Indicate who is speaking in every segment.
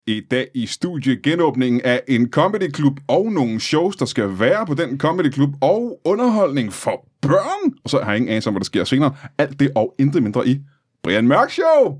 Speaker 1: I dag i studiet genåbningen af en comedyklub og nogle shows, der skal være på den comedyklub, og underholdning for børn. Og så har jeg ingen anelse om, hvad der sker senere. Alt det og intet mindre i Brian Mørk Show.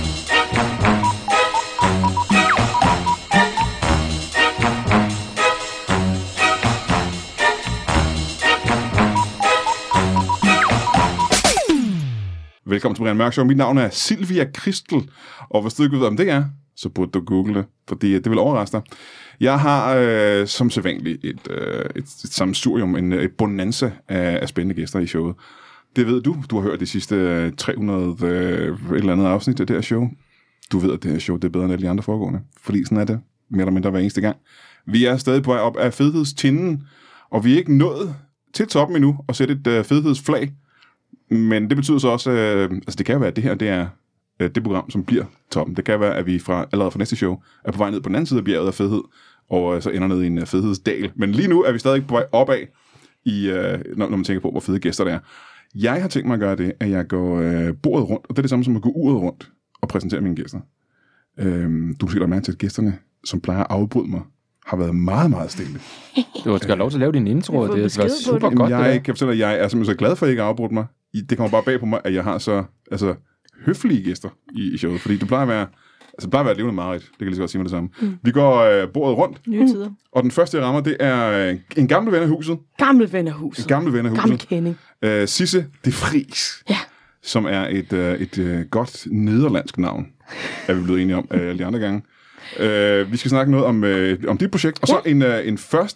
Speaker 1: Velkommen til Brian Mørk Show. Mit navn er Silvia Kristel, og hvis du ikke ved, om det er, så burde du google det, fordi det vil overraske dig. Jeg har som sædvanligt et sammensurium, et bonanza af spændende gæster i showet. Det ved du. Du har hørt de sidste 300 et eller andet afsnit af det her show. Du ved, at det her show det er bedre end alle de andre foregående, fordi sådan er det mere eller mindre hver eneste gang. Vi er stadig på vej op af fedhedstinden, og vi er ikke nået til toppen endnu at sætte et fedhedsflag. Men det betyder så også, altså det kan være, at det her det er det program, som bliver toppen. Det kan være, at vi allerede fra næste show er på vej ned på den anden side af bjerget af fedhed, og så ender ned i en fedhedsdal. Men lige nu er vi stadig på vej opad, når man tænker på, hvor fede gæster det er. Jeg har tænkt mig at gøre det, at jeg går bordet rundt, og det er det samme som at gå uret rundt og præsentere mine gæster. Du skal da mærke til, at gæsterne, som plejer at afbryde mig, har været meget, meget stille.
Speaker 2: Du skal have lov til at lave din intro, og det var super godt.
Speaker 1: Jeg kan fortælle, at jeg er simpelthen så glad for, at jeg ikke har afbrudt mig. Det kommer bare bag på mig, at jeg har så høflige gæster i showet, fordi det plejer at være et levende mareridt. Det kan jeg lige så godt sige med det samme. Vi går bordet rundt.
Speaker 3: Nye tider.
Speaker 1: Og den første, jeg rammer, det er en gammel ven af huset.
Speaker 3: Gammel ven af huset.
Speaker 1: Gammel
Speaker 3: kending.
Speaker 1: Sisse de Vries.
Speaker 3: Ja.
Speaker 1: Som er et godt nederlandsk navn, er vi blevet enige om alle de andre gange. Vi skal snakke noget om dit projekt, og så en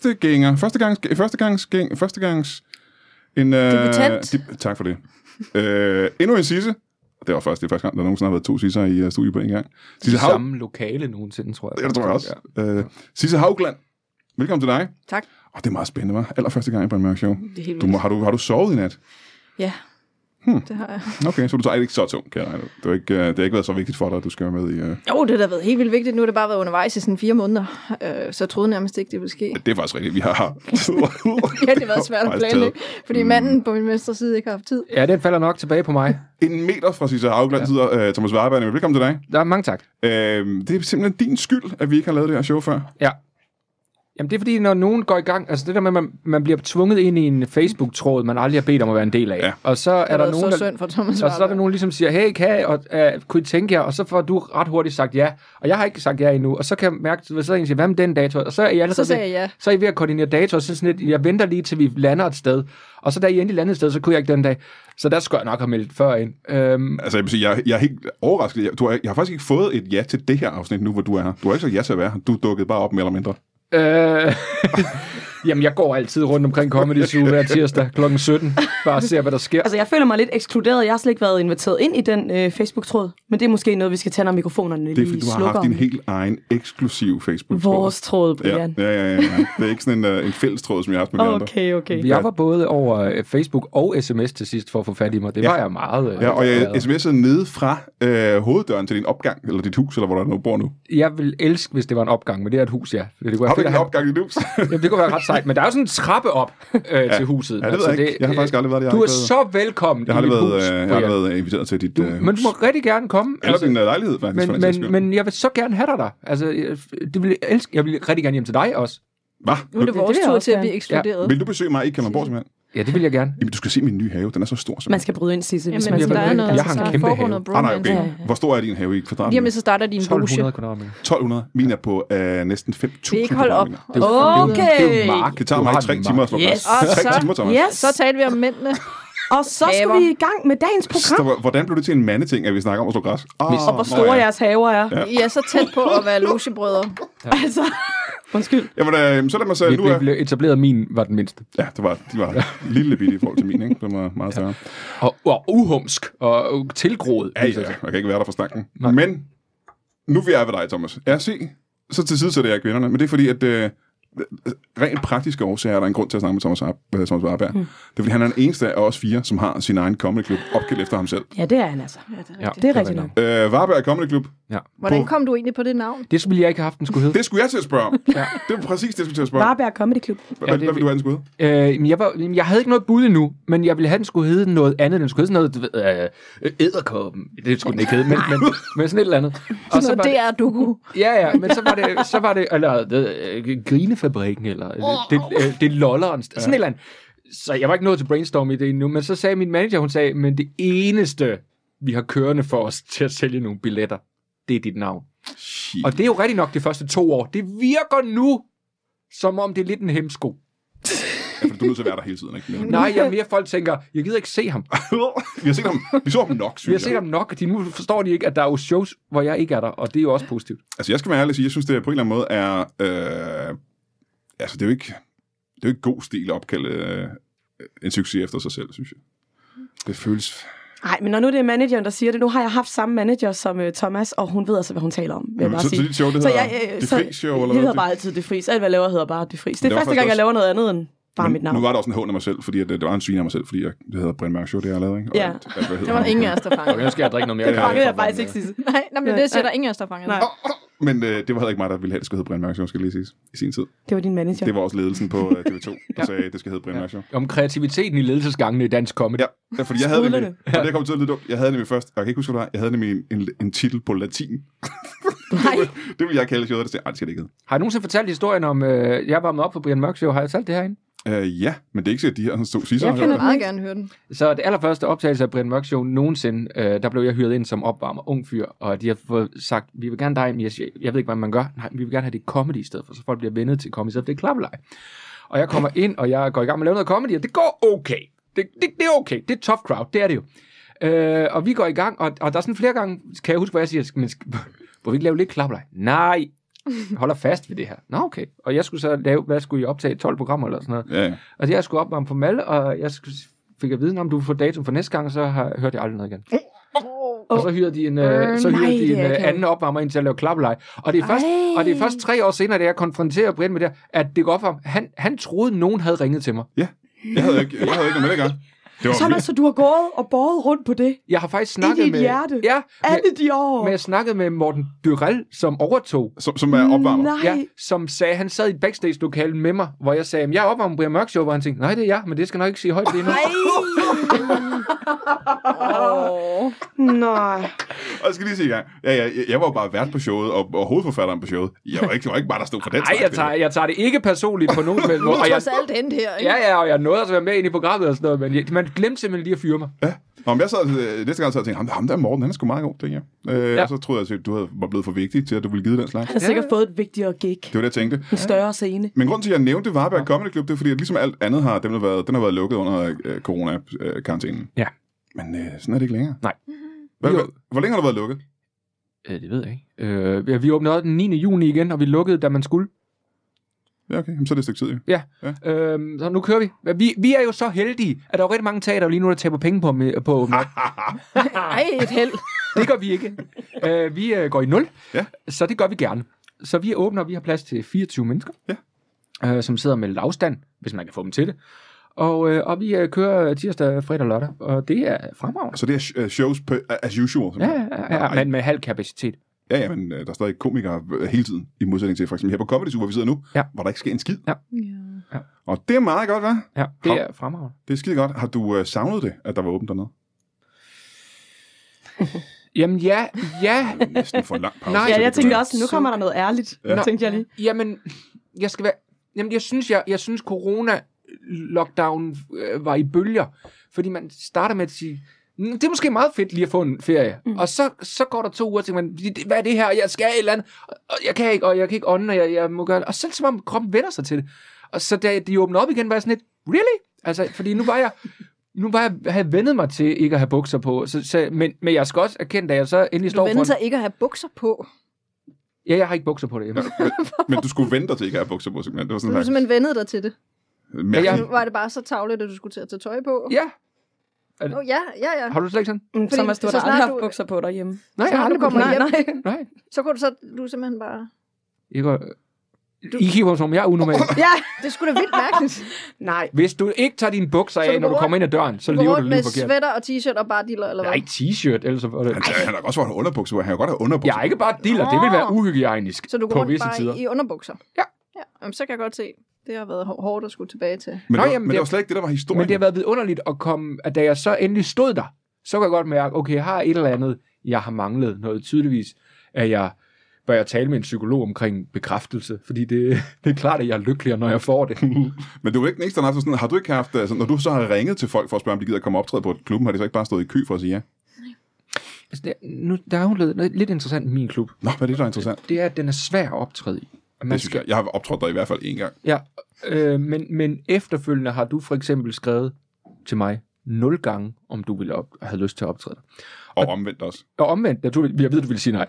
Speaker 1: førstegangs
Speaker 3: debutant.
Speaker 1: Tak for det. Endnu en Sisse. Det er første gang, der nogensinde har været 2 Sisser i studiet på en gang.
Speaker 2: Sisse samme lokale nogensinde, tror jeg.
Speaker 1: Det tror jeg også. Ja. Sisse Haugland, velkommen til dig.
Speaker 3: Tak.
Speaker 1: Det er meget spændende, hva'? Allerførste gang på en Mørk Show.
Speaker 3: Det er helt vildt.
Speaker 1: Har du sovet i nat?
Speaker 3: Ja. Det har jeg.
Speaker 1: Okay, så du tager ikke så tung, kan jeg regne. Det har ikke været så vigtigt for dig, at du skal være med i...
Speaker 3: Jo, det har da været helt vildt vigtigt. Nu har det bare været undervejs i sådan 4 måneder. Så jeg troede nærmest ikke, det ville ske.
Speaker 1: Det er faktisk rigtigt. Vi har...
Speaker 3: Ja, det har været svært at planlægge, fordi manden på min venstre side ikke har haft tid.
Speaker 2: Ja, den falder nok tilbage på mig.
Speaker 1: 1 meter fra Sisse Haugland sidder Thomas Warberg. Velkommen til dig.
Speaker 2: Ja, mange tak.
Speaker 1: Det er simpelthen din skyld, at vi ikke har lavet det her show før.
Speaker 2: Ja. Jamen det er fordi, når nogen går i gang, altså det der med, at man bliver tvunget ind i en Facebook-tråd, man aldrig har bedt om at være en del af. Ja. Og så er der nogen, og så er der nogen, ligesom siger, hey, kunne I tænke jer? Og så får du ret hurtigt sagt ja. Og jeg har ikke sagt ja endnu. Og så kan jeg mærke, at så en siger, hvad med den dato? Og så er I allerede så er I ved at koordinere dato, og så sådan lidt, jeg venter lige til vi lander et sted. Og så da I endelig landede et sted, så kunne jeg ikke den dag. Så der skulle jeg nok have meldt før ind.
Speaker 1: Altså jeg vil sige, jeg er helt overrasket. Jeg har faktisk ikke fået et ja til det her afsnit nu, hvor du er her. Du har ikke sagt ja til at være her. Du dukkede bare op mere eller mindre.
Speaker 2: Jamen, jeg går altid rundt omkring Comedy Zoo hver tirsdag kl. 17. Bare ser, hvad der sker.
Speaker 4: Altså, jeg føler mig lidt ekskluderet. Jeg har slet ikke været inviteret ind i den Facebook-tråd. Men det er måske noget, vi skal tage, når mikrofonerne lige slukker.
Speaker 1: Det er, fordi du har haft din helt egen eksklusiv Facebook-tråd.
Speaker 4: Vores tråd, Brian.
Speaker 1: Ja. Det er ikke sådan en fælles tråd, som jeg har haft med de andre.
Speaker 4: Okay.
Speaker 2: Jeg var både over Facebook og sms til sidst for at få fat i mig. Det var jeg meget...
Speaker 1: Ja, og jeg sms'ede nede fra hoveddøren til din opgang, eller dit hus, eller hvor der nu bor nu.
Speaker 2: Jeg vil elske, hvis det var en opgang, men det er et hus, ja. Det kunne
Speaker 1: har du ikke en opgang i dit hus?
Speaker 2: Jamen, det kunne være ret sejt, men der er jo sådan en trappe op til huset.
Speaker 1: Ja, det ved jeg ikke. Jeg har faktisk aldrig været der.
Speaker 2: Du er så velkommen
Speaker 1: i mit hus. Jeg har været inviteret til dit hus.
Speaker 2: Men du må rigtig gerne komme.
Speaker 1: Eller din lejlighed, faktisk.
Speaker 2: Men jeg vil så gerne have dig der. Altså, jeg vil rigtig gerne hjem til dig også.
Speaker 1: Hvad?
Speaker 3: Nu er det vores tur til at blive ekskluderet.
Speaker 1: Ja. Vil du besøge mig i Kalundborg simpelthen?
Speaker 2: Ja, det vil jeg gerne.
Speaker 1: Jamen, du skal se min nye have. Den er så stor.
Speaker 4: Man skal bryde ind, Sisse, hvis
Speaker 3: man
Speaker 4: skal.
Speaker 2: Jeg har en kæmpe have.
Speaker 1: Okay. Hvor stor er din have i kvadratmeter?
Speaker 3: Lige om så starter din
Speaker 2: 1200 kvadratmeter.
Speaker 1: 1200. Min er på næsten 5.000
Speaker 3: Vi ikke holde op.
Speaker 4: Okay.
Speaker 2: Det er jo mark.
Speaker 1: Det tager mig 3 timer at slå
Speaker 3: yes.
Speaker 1: 3 timer, Thomas.
Speaker 3: Yes. Så talte vi om mændene.
Speaker 4: Og så skal vi i gang med dagens program.
Speaker 1: Hvordan blev det til en mandeting, at vi snakker om at slå græs?
Speaker 4: Og hvor store jeres haver er.
Speaker 3: Ja. I er så tæt på at være logebrødre.
Speaker 4: Altså... Undskyld.
Speaker 1: Jamen, så lad mig sige,
Speaker 2: nu blev etableret, min var den mindste.
Speaker 1: Ja, de var lille bitte i forhold til min, ikke? Den var meget større.
Speaker 2: Og uhumsk og tilgroet.
Speaker 1: Ja, jeg kan ikke være der for snakken. Men nu vil jeg ved dig, Thomas. Så til side så det er kvinderne, men det er fordi, at rent praktiske årsager er der en grund til at snakke med Thomas Warberg. Det er, fordi han er den eneste af os 4, som har sin egen comedy club opkaldt efter ham selv.
Speaker 4: Ja, det er han altså. Ja, det er rigtigt nok.
Speaker 1: Warberg Comedy Club.
Speaker 2: Ja.
Speaker 3: Hvordan kom du egentlig på det navn?
Speaker 2: Det ville jeg ikke have haft, den skulle hedde.
Speaker 1: Det skulle jeg til at spørge om. Det var præcis det, jeg skulle til at spørge om.
Speaker 4: Warberg Comedy Club.
Speaker 1: Hvad vil du have, den skulle hedde?
Speaker 2: Jeg havde ikke noget bud endnu, men jeg ville have, den skulle hedde noget andet. Den skulle hedde sådan noget, edderkoppen. Det skulle den ikke hedde, men sådan et eller andet.
Speaker 3: Og så det er du.
Speaker 2: Ja, men så var det eller Grinefabrikken, eller det lolleren. Sådan et eller andet. Så jeg var ikke nået til brainstorm i det endnu, men så sagde min manager, hun sagde, men det eneste, vi har kørende for os til at sælge nogle billetter, det er dit navn. Shit. Og det er jo rigtig nok de første 2 år. Det virker nu, som om det er lidt en hemsko.
Speaker 1: Ja, for du er nødt til at være der hele tiden, ikke?
Speaker 2: Nej, mere folk tænker, jeg gider ikke se ham.
Speaker 1: Vi så ham nok, synes jeg.
Speaker 2: Vi har set ham nok. Nu forstår de ikke, at der er jo shows, hvor jeg ikke er der, og det er jo også positivt.
Speaker 1: Altså, jeg skal være ærlig og sige, jeg synes, det på en eller anden måde er... altså, det er jo ikke god stil at opkalde en succes efter sig selv, synes jeg. Det føles...
Speaker 4: Nej, men når nu det er manageren, der siger det, nu har jeg haft samme manager som Thomas, og hun ved altså, hvad hun taler om, vil jeg bare sige.
Speaker 1: Så dit show, det hedder Det Fris Show, eller hvad?
Speaker 4: Det hedder bare altid Det Fris. Alt, hvad jeg laver, hedder bare Det Fris. Det er første gang, jeg laver noget andet end bare mit navn.
Speaker 1: Nu var der også en hån af mig selv, fordi det var en svin af mig selv, fordi det hedder Brian Mørk Show, det jeg har lavet, ikke?
Speaker 3: Ja, det var ingen af os, der fangede.
Speaker 2: Okay, nu skal jeg drikke noget mere.
Speaker 4: Det fangede jeg faktisk ikke sidst.
Speaker 3: Nej, men det siger der ingen af os, der fangede.
Speaker 1: Men det var heller ikke mig, der ville have, det skulle hedde Brian Mørk Show, skal lige siges, i sin tid.
Speaker 4: Det var din manager.
Speaker 1: Det var også ledelsen på TV2, der sagde, det skal hedde Brian Mørk Show.
Speaker 2: Om kreativiteten i ledelsesgangene i dansk comedy.
Speaker 1: Ja, fordi jeg havde nemlig, og det kom til at lyde, jeg havde nemlig først, jeg kan ikke huske, hvad det var, jeg havde nemlig en titel på latin. Det vil jeg kalde showet, det skal det ikke hedde.
Speaker 2: Har jeg nogensinde fortalt historien om, jeg var med op på Brian Mørk Show, har jeg talt det herinde?
Speaker 1: Ja, men det er ikke sikkert, de her stod sidste.
Speaker 3: Jeg kan meget gerne høre den.
Speaker 2: Så det allerførste optagelse af Brian Mørk Show nogensinde, der blev jeg hyret ind som opvarmer, ung fyr, og de har fået sagt, vi vil gerne dig, men jeg ved ikke, hvad man gør. Nej, vi vil gerne have det comedy i stedet for, så folk bliver vendet til comedy, så det er klappeleg. Og jeg kommer ind, og jeg går i gang med at lave noget comedy, og det går okay. Det er okay. Det er tough crowd, det er det jo. Og vi går i gang, og der er sådan flere gange, kan jeg huske, hvor jeg siger, men hvor vi ikke lave lidt klappeleg? Nej, holder fast ved det her. Nå, okay. Og jeg skulle så lave, hvad skulle I optage? 12 programmer eller sådan noget.
Speaker 1: Ja.
Speaker 2: Og jeg skulle opvarme på Malle, og jeg fik at vide, om du får datum for næste gang, og så hørte jeg aldrig noget igen. Og så hyrede de en anden opvarmer ind til at lave klappeleg. Og det er først 3 år senere, da jeg konfronterer Brian med det, at det går op for ham. Han troede, nogen havde ringet til mig.
Speaker 1: Ja, jeg havde ikke noget med det gang.
Speaker 4: Thomas, så du har gået og båret rundt på det?
Speaker 2: Jeg har faktisk snakket med...
Speaker 4: hjerte? Ja, alle de år?
Speaker 2: Men jeg snakkede med Morten Dyrell, som overtog.
Speaker 1: Som er opvarmer?
Speaker 4: Nej.
Speaker 2: Ja, som sagde, han sad i et backstage-lokale med mig, hvor jeg sagde, jeg er opvarmer på Brian Mørk Show, hvor han tænkte, nej, det er jeg, men det skal nok ikke sige højt lige nu.
Speaker 4: Nej.
Speaker 1: Og jeg skal lige sige gang. Jeg var jo bare vært på showet, og hovedforfatteren på showet. Jeg var ikke bare, der stod for den slags.
Speaker 2: Nej, jeg tager det ikke personligt på nogen måde.
Speaker 3: Og jeg alt endt her, ikke?
Speaker 2: Ja, og jeg nåede altså at være med ind i programmet og sådan noget, men man glemte simpelthen lige at fyre mig.
Speaker 1: Ja. Nå, men jeg sad næste gang og tænkte, ham der Morten, han er sgu meget god, tænkte jeg. Og så troede jeg, at du var blevet for vigtig til, at du ville give den slags.
Speaker 4: Han har sikkert fået et vigtigere gig.
Speaker 1: Det var det, jeg tænkte.
Speaker 4: En større scene.
Speaker 1: Men grunden til, at jeg nævnte Warberg Comedy Club, det er fordi, at ligesom alt andet den har været lukket under corona-karantænen.
Speaker 2: Ja.
Speaker 1: Men sådan er det ikke længere.
Speaker 2: Nej.
Speaker 1: Hvor længe har du været lukket?
Speaker 2: Det ved jeg ikke. Vi åbnede den 9. juni igen, og vi lukkede, da man skulle.
Speaker 1: Ja, okay. Jamen, så er det et stykke tid, jo.
Speaker 2: Ja. Så nu kører vi. Vi er jo så heldige, at der er rigtig mange teater lige nu, der taber penge på
Speaker 3: Ej, et held.
Speaker 2: Det gør vi ikke. Vi går i 0,
Speaker 1: så
Speaker 2: det gør vi gerne. Så vi åbner, og vi har plads til 24 mennesker, som sidder med lidt afstand, hvis man kan få dem til det. Og vi kører tirsdag, fredag og lørdag, og det er fremragende.
Speaker 1: Så det er shows as usual?
Speaker 2: Ja, men med halv kapacitet.
Speaker 1: Ja, men der er stadig komikere hele tiden, i modsætning til for eksempel her på Comedy Zoo, hvor vi sidder nu, hvor der ikke sker en skid.
Speaker 2: Ja.
Speaker 1: Og det er meget godt, hva'?
Speaker 2: Ja, det er fremragende.
Speaker 1: Det er skide godt. Har du savnet det, at der var åbent dernede?
Speaker 2: Jamen ja.
Speaker 1: Næsten for en lang pause.
Speaker 4: Nej, jeg tænkte også, nu kommer der noget ærligt, tænkte jeg lige.
Speaker 2: Jamen, jeg synes corona-lockdown var i bølger, fordi man starter med at sige, det er måske meget fedt lige at få en ferie. Og så går der 2 uger, og tænker man, hvad er det her? Jeg skal et eller andet, og jeg kan ikke ånde, og jeg må gøre det. Og selv som om kroppen vender sig til det. Og så da de åbner op igen, var jeg sådan lidt, really? Altså, fordi nu var jeg havde vendet mig til ikke at have bukser på. Men jeg skal også erkende, at jeg så endelig står
Speaker 3: foran... Du vendte sig ikke at have bukser på?
Speaker 2: Ja, jeg har ikke bukser på det.
Speaker 1: Men du skulle vente dig til ikke at have bukser på, simpelthen. Det var sådan
Speaker 3: du simpelthen vendede dig til det? Var det bare så tavligt, at du skulle til at tage tøj på?
Speaker 2: Ja.
Speaker 3: Ja.
Speaker 2: Har du slet ikke sådan?
Speaker 4: Thomas, du har aldrig haft bukser på derhjemme.
Speaker 2: Nej, jeg har aldrig
Speaker 3: kommet hjem.
Speaker 2: Nej.
Speaker 3: Så kunne du simpelthen bare...
Speaker 2: I kigger som jeg er unormal.
Speaker 3: Ja, det skulle da vildt mærkeligt.
Speaker 4: Nej.
Speaker 2: Hvis du ikke tager dine bukser af, når du kommer ind ad døren, så lever du lige forkert.
Speaker 3: med sweater og t-shirt og bare diller, eller hvad?
Speaker 2: Nej, t-shirt, ellers var det...
Speaker 1: Han har også været underbukser, han kan godt have underbukser.
Speaker 2: Ja, ikke bare diller, det vil være uhygiejnisk
Speaker 3: så du går
Speaker 2: på
Speaker 3: rundt
Speaker 2: visse
Speaker 3: bare
Speaker 2: tider.
Speaker 3: i underbukser?
Speaker 2: Ja.
Speaker 3: Jamen, så kan jeg godt se, det har været hårdt at skulle tilbage til.
Speaker 1: Men det var slet ikke det, der var historien.
Speaker 2: Men det har været vidunderligt at komme, at da jeg så endelig stod der, så kan jeg godt mærke, okay, jeg har et eller andet, jeg har manglet noget tydeligvis, at jeg bør tale med en psykolog omkring bekræftelse, fordi det er klart, at jeg er lykkeligere, når jeg får det.
Speaker 1: Men du er ikke den eneste, der har sådan, har du ikke haft, altså, når du så har ringet til folk for at spørge, om de gider komme optræde på klubben, har de så ikke bare stået i kø for at sige ja?
Speaker 2: Altså, der er jo noget lidt interessant i min klub.
Speaker 1: Nå, hvad er det, der er interessant?
Speaker 2: Det er, at den er svær at optræde i.
Speaker 1: Det synes jeg har optrådt der i hvert fald en gang.
Speaker 2: Ja, men efterfølgende har du for eksempel skrevet til mig 0 gange, om du ville have lyst til at optræde.
Speaker 1: Og omvendt også.
Speaker 2: Og omvendt, jeg ved, du vil sige nej.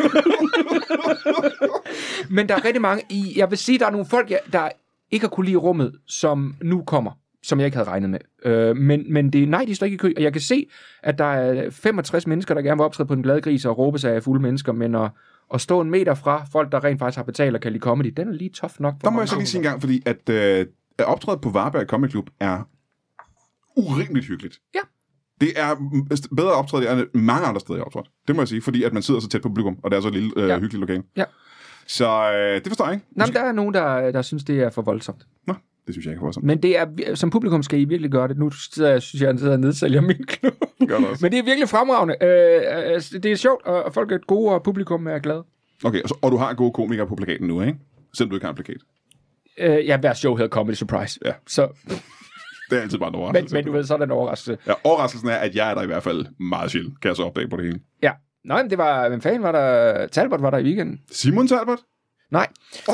Speaker 2: Men der er rigtig mange jeg vil sige, der er nogle folk, der ikke har kunne lide rummet, som nu kommer, som jeg ikke havde regnet med. Men det er nej, de står ikke i kø, og jeg kan se, at der er 65 mennesker, der gerne vil optræde på en glad gris og råbe sig af fulde mennesker, men at stå en meter fra folk, der rent faktisk har betalt og kan lide comedy, den er lige tough nok.
Speaker 1: Der må jeg så lige sige en gang, fordi at optræde på Varberg Comedy Club er urimeligt hyggeligt.
Speaker 2: Ja.
Speaker 1: Det er bedre optræde end mange andre steder, jeg optræder. Det må jeg sige, fordi at man sidder så tæt på publikum, og det er så et lille hyggeligt lokale.
Speaker 2: Ja.
Speaker 1: Så det forstår jeg ikke.
Speaker 2: Nå, der er nogen, der synes, det er for voldsomt.
Speaker 1: Nå, det synes jeg ikke er for voldsomt.
Speaker 2: Men det er, som publikum skal I virkelig gøre det. Nu synes jeg, at jeg nedsælger min klub. Men det er virkelig fremragende. Det er sjovt, og folk er gode, og publikum er glade.
Speaker 1: Okay, og du har gode komikere på plakaten nu, ikke? Selvom du ikke har en plakat.
Speaker 2: Ja, hver show hedder Comedy Surprise.
Speaker 1: Ja.
Speaker 2: Så...
Speaker 1: Det er altid bare en overraskelse.
Speaker 2: Men du ved, så er det en overraskelse.
Speaker 1: Ja, overraskelsen er, at jeg er der i hvert fald meget sjældent. Kan jeg så opdage på det hele.
Speaker 2: Ja. Nej, men det var... Hvem fanden var der? Talbot var der i weekenden.
Speaker 1: Simon Talbot?
Speaker 2: Nej.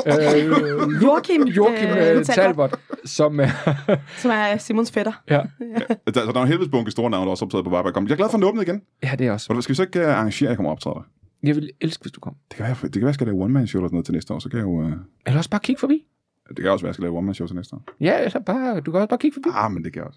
Speaker 4: Joachim
Speaker 2: Talbot, som
Speaker 4: er Simons fætter.
Speaker 2: Ja.
Speaker 1: Der er en helvedes bunke store navne, der også optræder på Varberg. Jeg er glad for at åbne igen.
Speaker 2: Ja, det er også.
Speaker 1: Skal vi så ikke arrangere, at jeg kommer og optræder?
Speaker 2: Jeg vil elske, hvis du kom.
Speaker 1: Det kan være, jeg skal lave one-man-show eller sådan noget til næste år. Så kan jeg jo...
Speaker 2: Eller også bare kigge forbi.
Speaker 1: Det kan også være, at jeg skal lave one-man-show til næste år.
Speaker 2: Ja, eller bare, du kan også bare kigge forbi.
Speaker 1: Men det kan jeg også.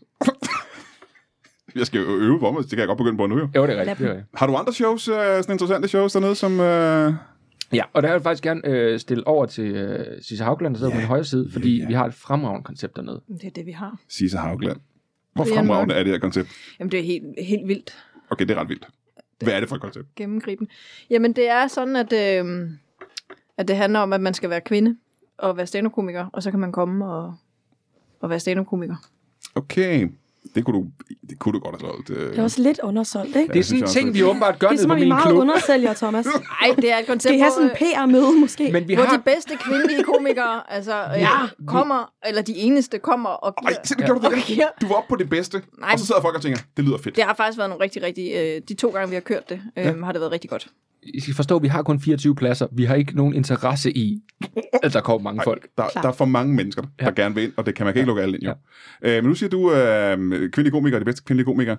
Speaker 1: Jeg skal jo øve for mig, det kan jeg godt begynde på nu jo.
Speaker 2: Jo, det er rigtigt.
Speaker 1: Har du andre shows, sådan interessante shows dernede, som...
Speaker 2: Ja, og der vil jeg faktisk gerne stille over til Sisse Haugland, der sidder på min højre side, fordi vi har et fremragende koncept dernede.
Speaker 3: Det er det, vi har.
Speaker 1: Sisse Haugland. Hvor fremragende er det her koncept?
Speaker 3: Jamen, det er helt vildt.
Speaker 1: Okay, det er ret vildt. Hvad er det for et koncept?
Speaker 3: Gennemgribende. Jamen, det er sådan, at det handler om, at man skal være kvinde og være stand-up-komiker, og så kan man komme og være stand-up-komiker.
Speaker 1: Okay. Det kunne du godt have solgt.
Speaker 4: Det er også lidt undersolgt, ikke?
Speaker 2: Det er sådan en ting, vi åbenbart gør nede på min klub.
Speaker 4: Det er som, vi meget undersælger, Thomas.
Speaker 3: Nej, det er et koncept,
Speaker 4: skal I have sådan en PR-møde, måske?
Speaker 2: Men
Speaker 3: hvor de bedste kvindelige komikere kommer, eller de eneste kommer og giver...
Speaker 1: Du var oppe på det bedste, og så sidder folk og tænker, det lyder fedt.
Speaker 3: Det har faktisk været nogle rigtig... de 2 gange, vi har kørt det, har det været rigtig godt.
Speaker 2: I skal forstå, at vi har kun 24 pladser. Vi har ikke nogen interesse i, at der kommer mange folk.
Speaker 1: Der er for mange mennesker, der gerne vil ind, og det kan man ikke lukke alle ind, jo. Men nu siger du, kvindelige komikere, de bedste kvindelige komikere.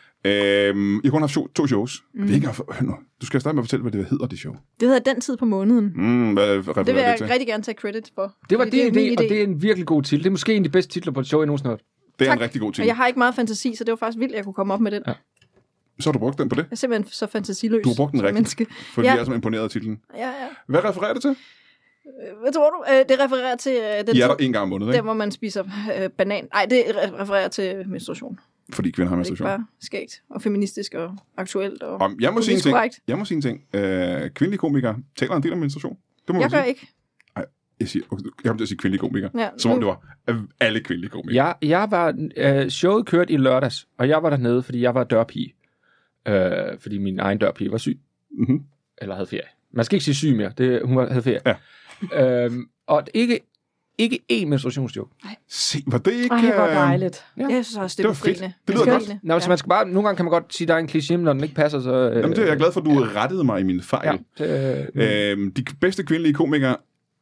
Speaker 1: I har kun haft 2 shows. Det er ikke du skal stadig med at fortælle, hvad det hedder, det show.
Speaker 3: Det hedder Den Tid på Måneden.
Speaker 1: Det
Speaker 3: vil jeg rigtig gerne tage credit for.
Speaker 2: Det var din idé, og det er en virkelig god titel. Det er måske en af de bedste titler på et show, jeg nogensinde har.
Speaker 1: Det er en rigtig god titel.
Speaker 3: Og jeg har ikke meget fantasi, så det var faktisk vildt, at jeg kunne komme op med den.
Speaker 2: Ja.
Speaker 1: Så har du brugt den på det?
Speaker 3: Jeg er simpelthen så fantasiløs.
Speaker 1: Du har brugt den rigtigt, fordi jeg er så imponeret af titlen.
Speaker 3: Ja.
Speaker 1: Hvad refererer det til?
Speaker 3: Hvad tror du? Det refererer til...
Speaker 1: I er der en gang om måneden, ikke?
Speaker 3: Der, hvor man spiser banan. Nej, det refererer til menstruation.
Speaker 1: Fordi kvinder har menstruation.
Speaker 3: Det er bare skægt og feministisk og aktuelt og
Speaker 1: jeg må sige en ting. Kvindelige komikere taler en del om menstruation. Det må
Speaker 3: jeg gør ikke.
Speaker 1: Nej, jeg kommer til at sige kvindelige komikere. Ja, som om det var alle kvindelige komikere.
Speaker 2: Jeg var... showet kørt i lørdags, og jeg var dernede, fordi jeg var dørpige. Fordi min egen dørpige var syg.
Speaker 1: Mm-hmm.
Speaker 2: Eller havde ferie. Man skal ikke sige syg mere. Hun havde ferie.
Speaker 1: Ja.
Speaker 2: Og ikke én menstruationsjoke.
Speaker 1: Se, var det ikke...
Speaker 4: Ej, hvor dejligt.
Speaker 3: Ja. Jeg synes også, det
Speaker 1: var fedt. Det lyder godt.
Speaker 2: Nå, så man skal bare... Nogle gange kan man godt sige, at der er en kliché, når den ikke passer, så...
Speaker 1: Jamen, det er jeg glad for, at du rettede mig i mine fejl. Ja, de bedste kvindelige komikere...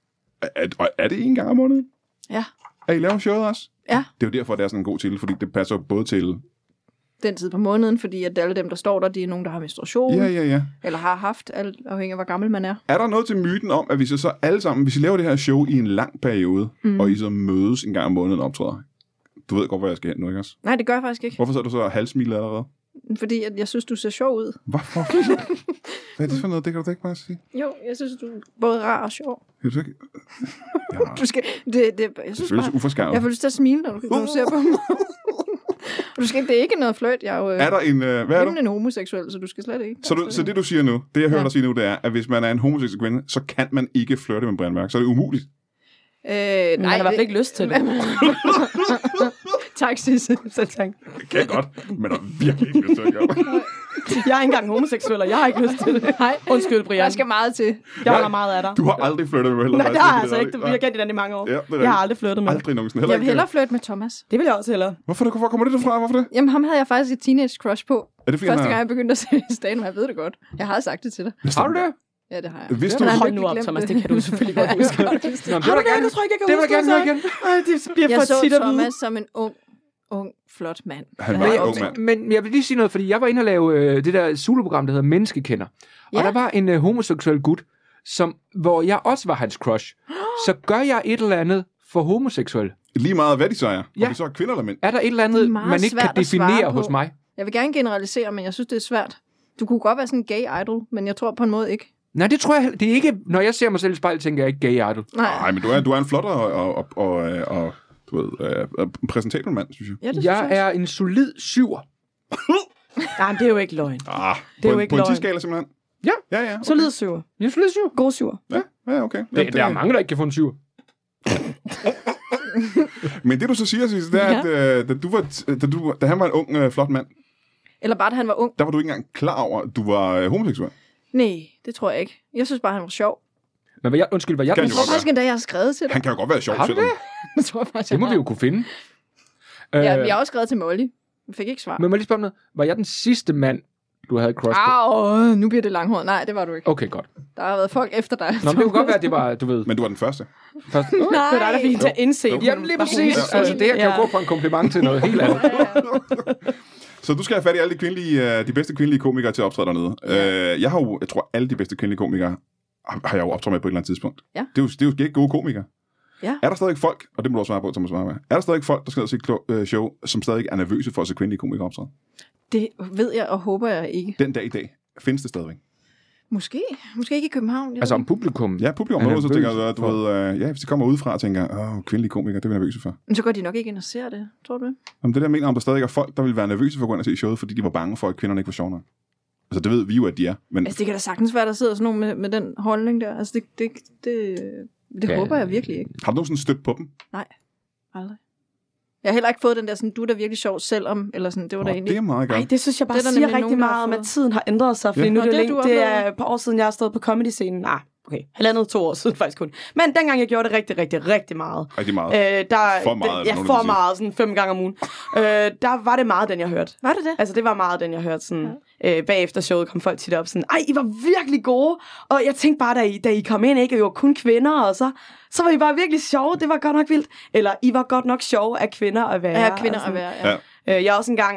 Speaker 1: Er det en gang om måneden?
Speaker 3: Ja.
Speaker 1: Er I laver showet også?
Speaker 3: Ja.
Speaker 1: Det er jo derfor, det er sådan en god titel, fordi det passer både til...
Speaker 3: Den tid på måneden, fordi at alle dem, der står der, de er nogen, der har menstruation.
Speaker 1: Ja. Eller
Speaker 3: har haft, alt afhængig af, hvor gammel man er.
Speaker 1: Er der noget til myten om, at hvis I så alle sammen, hvis I laver det her show i en lang periode, og I så mødes en gang om måneden og optræder? Du ved godt, hvor jeg skal hen nu, ikke også?
Speaker 3: Nej, det gør jeg faktisk ikke.
Speaker 1: Hvorfor så er du så halvsmilet allerede?
Speaker 3: Fordi jeg synes, du ser sjov ud.
Speaker 1: Hvorfor? Hvad er det for noget? Det kan du da ikke bare sige.
Speaker 3: Jo, jeg synes, du er både rar og sjov.
Speaker 1: Jeg synes ikke... Ja.
Speaker 3: Du skal... jeg synes
Speaker 1: føles uforskærmet.
Speaker 3: Jeg får lyst til at smile, når du ser på mig. Det er ikke noget fløjt. Jeg er jo
Speaker 1: er der en, hvad er
Speaker 3: en homoseksuel, så du skal slet ikke.
Speaker 1: Så det du siger nu, det jeg hører dig sige nu, det er, at hvis man er en homoseksuel kvinde, så kan man ikke flirte med Brian Mørk. Så er det umuligt.
Speaker 3: Nej,
Speaker 4: man har i hvert fald ikke lyst til det.
Speaker 3: Tak, Sisse.
Speaker 4: Selv tak.
Speaker 1: Det kan jeg godt, men der er virkelig ikke lyst til at gøre.
Speaker 4: Jeg er ikke engang homoseksuel, og jeg har ikke lyst til det.
Speaker 3: Nej.
Speaker 4: Undskyld, Brian.
Speaker 3: Der skal meget til.
Speaker 4: Jeg holder meget af dig.
Speaker 1: Du har aldrig flirtet med heller.
Speaker 4: Nej, det har jeg altså ikke. Vi har kendt hinanden i mange år.
Speaker 1: Ja,
Speaker 4: jeg har aldrig flirtet med.
Speaker 1: Aldrig nogensinde. Heller
Speaker 3: jeg vil hellere flirte med Thomas.
Speaker 4: Det vil jeg også hellere.
Speaker 1: Hvor kommer det fra? Hvorfor det?
Speaker 3: Jamen, ham havde jeg faktisk et teenage crush på.
Speaker 1: Er det fordi,
Speaker 3: første gang, jeg begyndte at se stand, jeg ved det godt. Jeg har sagt det til dig.
Speaker 2: Har du det?
Speaker 3: Ja, det har jeg.
Speaker 1: Hvis du
Speaker 4: hold nu op, Thomas, det kan du selvfølgelig godt huske.
Speaker 2: Det vil jeg gerne høre igen.
Speaker 4: Det bliver
Speaker 3: jeg
Speaker 4: for
Speaker 3: så
Speaker 4: tit at vide.
Speaker 3: Thomas som en ung, flot mand.
Speaker 1: Han var en ung mand.
Speaker 2: Men jeg vil lige sige noget, fordi jeg var inde og lave det der Zulu-program, der hedder Menneskekender. Og der var en homoseksuel gut, hvor jeg også var hans crush. Så gør jeg et eller andet for homoseksuel.
Speaker 1: Lige meget hvad de så er.
Speaker 2: Ja.
Speaker 1: Om de så er kvinder eller mænd.
Speaker 2: Er der et eller andet, man ikke kan definere hos mig?
Speaker 3: Jeg vil gerne generalisere, men jeg synes, det er svært. Du kunne godt være sådan en gay idol, men jeg tror på en måde ikke.
Speaker 2: Nej, det tror jeg. Det er ikke, når jeg ser mig selv i spejl, tænker jeg ikke gay idol.
Speaker 1: Nej, men du er en flot og du ved, præsentabel mand, synes jeg.
Speaker 2: Ja, jeg er en solid 7'er.
Speaker 4: Nej, det er jo ikke løgn.
Speaker 1: Det er jo
Speaker 4: ikke
Speaker 1: løgn. På en 10-skala simpelthen? Ja. Okay.
Speaker 4: Solid 7'er.
Speaker 2: Jeg er solid 7'er.
Speaker 4: God 7'er.
Speaker 1: Ja, okay.
Speaker 2: Der er mange, der ikke kan få en 7'er.
Speaker 1: Men det du så siger, Sisse, det er, at da han var en ung, flot mand,
Speaker 3: eller bare da han var ung,
Speaker 1: der var du ikke engang klar over, at du var homoseksuel.
Speaker 3: Nej, det tror jeg ikke. Jeg synes bare, han var sjov.
Speaker 2: Men hvad jeg
Speaker 3: tror faktisk endda, jeg har skrevet til dig.
Speaker 1: Han kan jo godt være sjov selv.
Speaker 3: Det tror jeg faktisk,
Speaker 2: det må vi jo kunne finde.
Speaker 3: Ja, vi har også skrevet til Molly. Jeg fik ikke svar.
Speaker 2: Men må jeg lige spørge noget? Var jeg den sidste mand, du havde crush
Speaker 3: på? Nu bliver det langhåret. Nej, det var du ikke.
Speaker 2: Okay, godt.
Speaker 3: Der har været folk efter dig.
Speaker 2: Nå, det kunne godt være, at det var, du ved.
Speaker 1: Men du var den første.
Speaker 3: Nej.
Speaker 4: Det er dig, der fik til at indse.
Speaker 2: Jamen lige præcis. Ja. Altså, det her kan jo gå fra en kompliment til noget helt andet.
Speaker 1: Så du skal have fat i alle de bedste kvindelige komikere til at optræde dernede. Jeg tror, alle de bedste kvindelige komikere har jeg jo optrådt med på et eller andet tidspunkt.
Speaker 3: Ja.
Speaker 1: Det er jo ikke gode komikere.
Speaker 3: Ja.
Speaker 1: Er der stadig folk, og det må du også svare på, Thomas Warberg, er der stadig folk, der skal ned og se show, som stadig er nervøse for at se kvindelige komikere optræde?
Speaker 3: Det ved jeg og håber jeg ikke.
Speaker 1: Den dag i dag. Findes det stadigvæk?
Speaker 3: Måske ikke i København.
Speaker 2: Altså om publikum?
Speaker 1: Ja, publikum. Så tænker du ved, hvis de kommer udefra og tænker, kvindelige komikere, det er vi nervøse for.
Speaker 3: Men så går de nok ikke ind og ser det, tror du det?
Speaker 1: Jamen det der mener om, der stadig er folk, der vil være nervøse for at gå ind og se showet, fordi de var bange for, at kvinderne ikke var sjove nok. Altså det ved vi jo, at de er. Men...
Speaker 3: Altså det kan da sagtens være, der sidder sådan nogen med den holdning der. Altså det håber jeg virkelig ikke.
Speaker 1: Har du nogensinde stødt på dem?
Speaker 3: Nej, aldrig. Jeg har heller ikke fået den der sådan, du er da virkelig sjov selvom, eller sådan, det var da egentlig...
Speaker 1: Det er meget godt.
Speaker 4: Ej, det synes jeg bare siger rigtig meget om, at tiden har ændret sig, fordi nu det er et par år siden, jeg har stået på comedy-scenen. Okay, 1,5-2 år siden faktisk kun. Men dengang jeg gjorde det rigtig meget.
Speaker 1: Rigtig meget?
Speaker 4: For meget? Ja, for meget, sådan 5 gange om ugen. Der var det meget, den jeg hørte.
Speaker 3: Var det det?
Speaker 4: Altså, det var meget, den jeg hørte sådan. Bagefter showet kom folk tit op sådan, ej, I var virkelig gode. Og jeg tænkte bare, da I kom ind, ikke, I var kun kvinder, og så var I bare virkelig sjove. Det var godt nok vildt. Eller, I var godt nok sjove af kvinder at være.
Speaker 3: Ja, kvinder at være, ja.
Speaker 4: Jeg er også engang,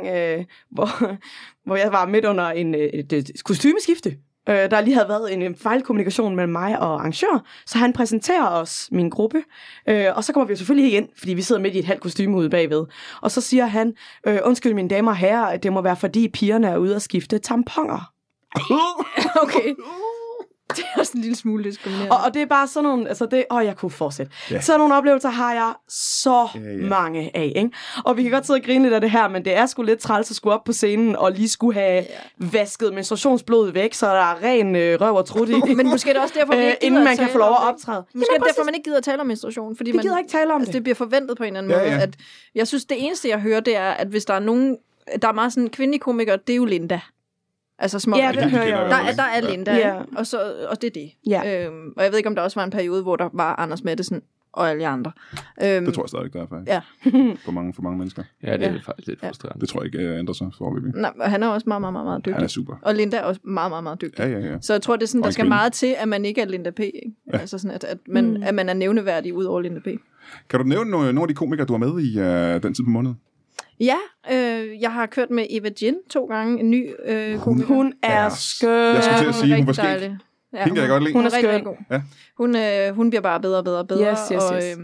Speaker 4: hvor jeg var midt under et kostymeskifte. Der lige havde været en fejlkommunikation mellem mig og arrangør, så han præsenterer os, min gruppe, og så kommer vi jo selvfølgelig ikke ind, fordi vi sidder midt i et halvt kostyme ude bagved. Og så siger han, undskyld mine damer og herrer, at det må være fordi pigerne er ude at skifte tamponer.
Speaker 3: Okay. Det er også en lille smule diskriminerende.
Speaker 4: Og det er bare sådan nogle, altså jeg kunne fortsætte. Yeah. Sådan nogle oplevelser har jeg så mange af, ikke? Og vi kan godt sidde og grine lidt af det her, men det er sgu lidt træls at skulle op på scenen og lige skulle have vasket menstruationsblodet væk, så der er ren røv og trut i.
Speaker 3: Men måske er det også derfor, vi ikke
Speaker 4: inden man kan få lov at optræde.
Speaker 3: Måske er det derfor, man ikke gider at tale om menstruation. Fordi
Speaker 4: vi gider ikke tale om det.
Speaker 3: Det bliver forventet på en eller anden måde. At jeg synes, det eneste, jeg hører, det er, at hvis der er nogen, der er meget sådan kvindelige komikere, det er jo Linda. Altså små.
Speaker 4: Ja, det hører jeg.
Speaker 3: Der er Linda, og det er det.
Speaker 4: Ja.
Speaker 3: Og jeg ved ikke, om der også var en periode, hvor der var Anders Matthesen og alle andre.
Speaker 1: Det tror jeg stadig, der er faktisk.
Speaker 3: Ja.
Speaker 1: For mange mennesker.
Speaker 2: Ja, det er faktisk lidt frustrerende.
Speaker 1: Det tror jeg ikke ændrer sig foreløbig.
Speaker 3: Nej, og han er også meget dygtig.
Speaker 1: Han er super.
Speaker 3: Og Linda er også meget dygtig.
Speaker 1: Ja.
Speaker 3: Så jeg tror, det er sådan, der skal meget til, at man ikke er Linda P. Ikke? Ja. Altså sådan, at man er nævneværdig ud over Linda P.
Speaker 1: Kan du nævne nogle af de komikere, du har med i den tid på måneden?
Speaker 3: Ja, jeg har kørt med Eva Jin 2 gange, en ny komiker.
Speaker 4: Hun er skøn.
Speaker 1: Jeg skulle til at sige, hun var skæg.
Speaker 3: Ja,
Speaker 1: hende kan jeg godt lide.
Speaker 3: Hun er rigtig god.
Speaker 1: Ja.
Speaker 3: Hun bliver bare bedre og bedre.
Speaker 4: Yes.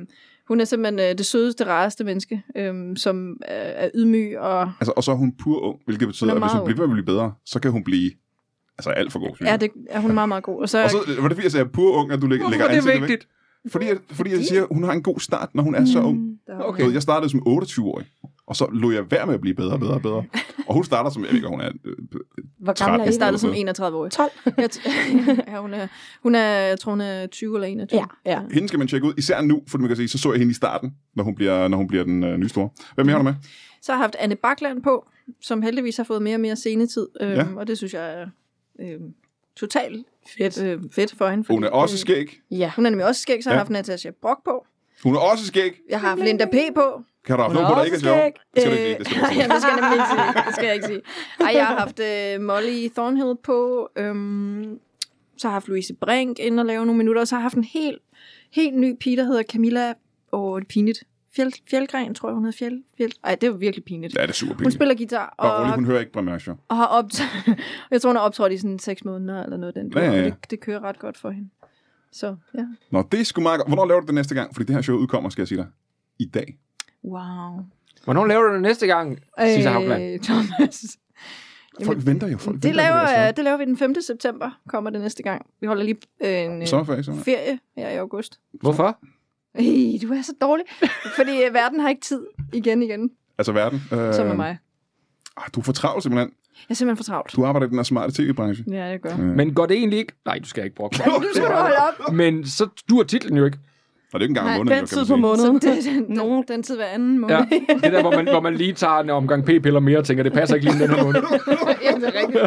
Speaker 3: Hun er simpelthen det sødeste, rareste menneske, som er ydmyg.
Speaker 1: Altså, og så er hun pur ung, hvilket betyder, at hvis hun bliver ved at blive bedre, så kan hun blive alt for god.
Speaker 3: Ja, det er hun meget, meget god. Og så
Speaker 1: var det fordi, jeg sagde pur ung, at du lægger ansigt
Speaker 2: det er vigtigt?
Speaker 1: Fordi jeg siger, at hun har en god start, når hun er så ung. Okay. Jeg startede som 28-årig, og så lå jeg værd med at blive bedre og bedre og bedre. Og hun starter som, jeg ved ikke, hun er
Speaker 3: hvor gammel er jeg? startede som 31-årig. 12? Hun er, jeg tror, hun er 20 eller 21.
Speaker 4: Ja.
Speaker 1: Hende skal man tjekke ud, især nu, for man kan sige, så jeg hende i starten, når hun bliver den nye store. Hvem har du med?
Speaker 3: Så har jeg haft Anne Bakland på, som heldigvis har fået mere og mere scenetid, og det synes jeg er totalt fedt for hende.
Speaker 1: Hun er også skæg.
Speaker 3: Ja, hun er nemlig også skæg, så har jeg haft Natasha Brock på.
Speaker 1: Hun er også skæg.
Speaker 3: Jeg har haft Linda P. på.
Speaker 1: Kan du have nogen på, der ikke er sjov? Det skal du ikke sige.
Speaker 3: Det skal jeg nemlig ikke sige. Det skal jeg ikke sige. Ej, jeg har haft Molly Thornhill på. Så har jeg haft Louise Brink ind og lave nogle minutter. Og så har jeg haft en helt ny pige, der hedder Camilla. Det er pinligt. Fjeldgren, tror jeg, hun hedder Fjeld. Ej, det er jo virkelig pinligt.
Speaker 1: Ja, det er super pinligt.
Speaker 3: Hun spiller guitar.
Speaker 1: Og hun hører ikke Brian Mørk Show.
Speaker 3: Og har jeg tror, hun har optrådt i sådan 6 måneder, eller noget den. Ja. Det kører ret godt for hende. Så, ja.
Speaker 1: Nå, det er sgu meget godt. Hvornår laver du det næste gang? Fordi det her show udkommer, skal jeg sige dig, i dag.
Speaker 3: Wow.
Speaker 2: Hvornår laver du det næste gang, Sisse Haugland?
Speaker 3: Thomas.
Speaker 1: Folk venter jo.
Speaker 3: Det laver vi den 5. september, kommer det næste gang. Vi holder lige en ferie her i august.
Speaker 2: Hvorfor?
Speaker 3: Du er så dårlig. Fordi verden har ikke tid igen.
Speaker 1: Altså verden?
Speaker 3: Som med mig.
Speaker 1: Du er for travlt simpelthen.
Speaker 3: Jeg er simpelthen for travlt.
Speaker 1: Du arbejder i den her smarte tv-branche.
Speaker 3: Ja, det gør.
Speaker 2: Men går det egentlig ikke? Nej, du skal ikke brokke.
Speaker 3: Ja, du skal holde op.
Speaker 2: Men så duer titlen jo ikke.
Speaker 1: Og det er ikke engang måneden.
Speaker 4: Den tid på måneden.
Speaker 3: Den tid hver anden måned.
Speaker 2: Ja, det der, hvor man lige tager en omgang p-piller mere og tænker, det passer ikke lige den her måned.
Speaker 3: Ja, det er rigtigt.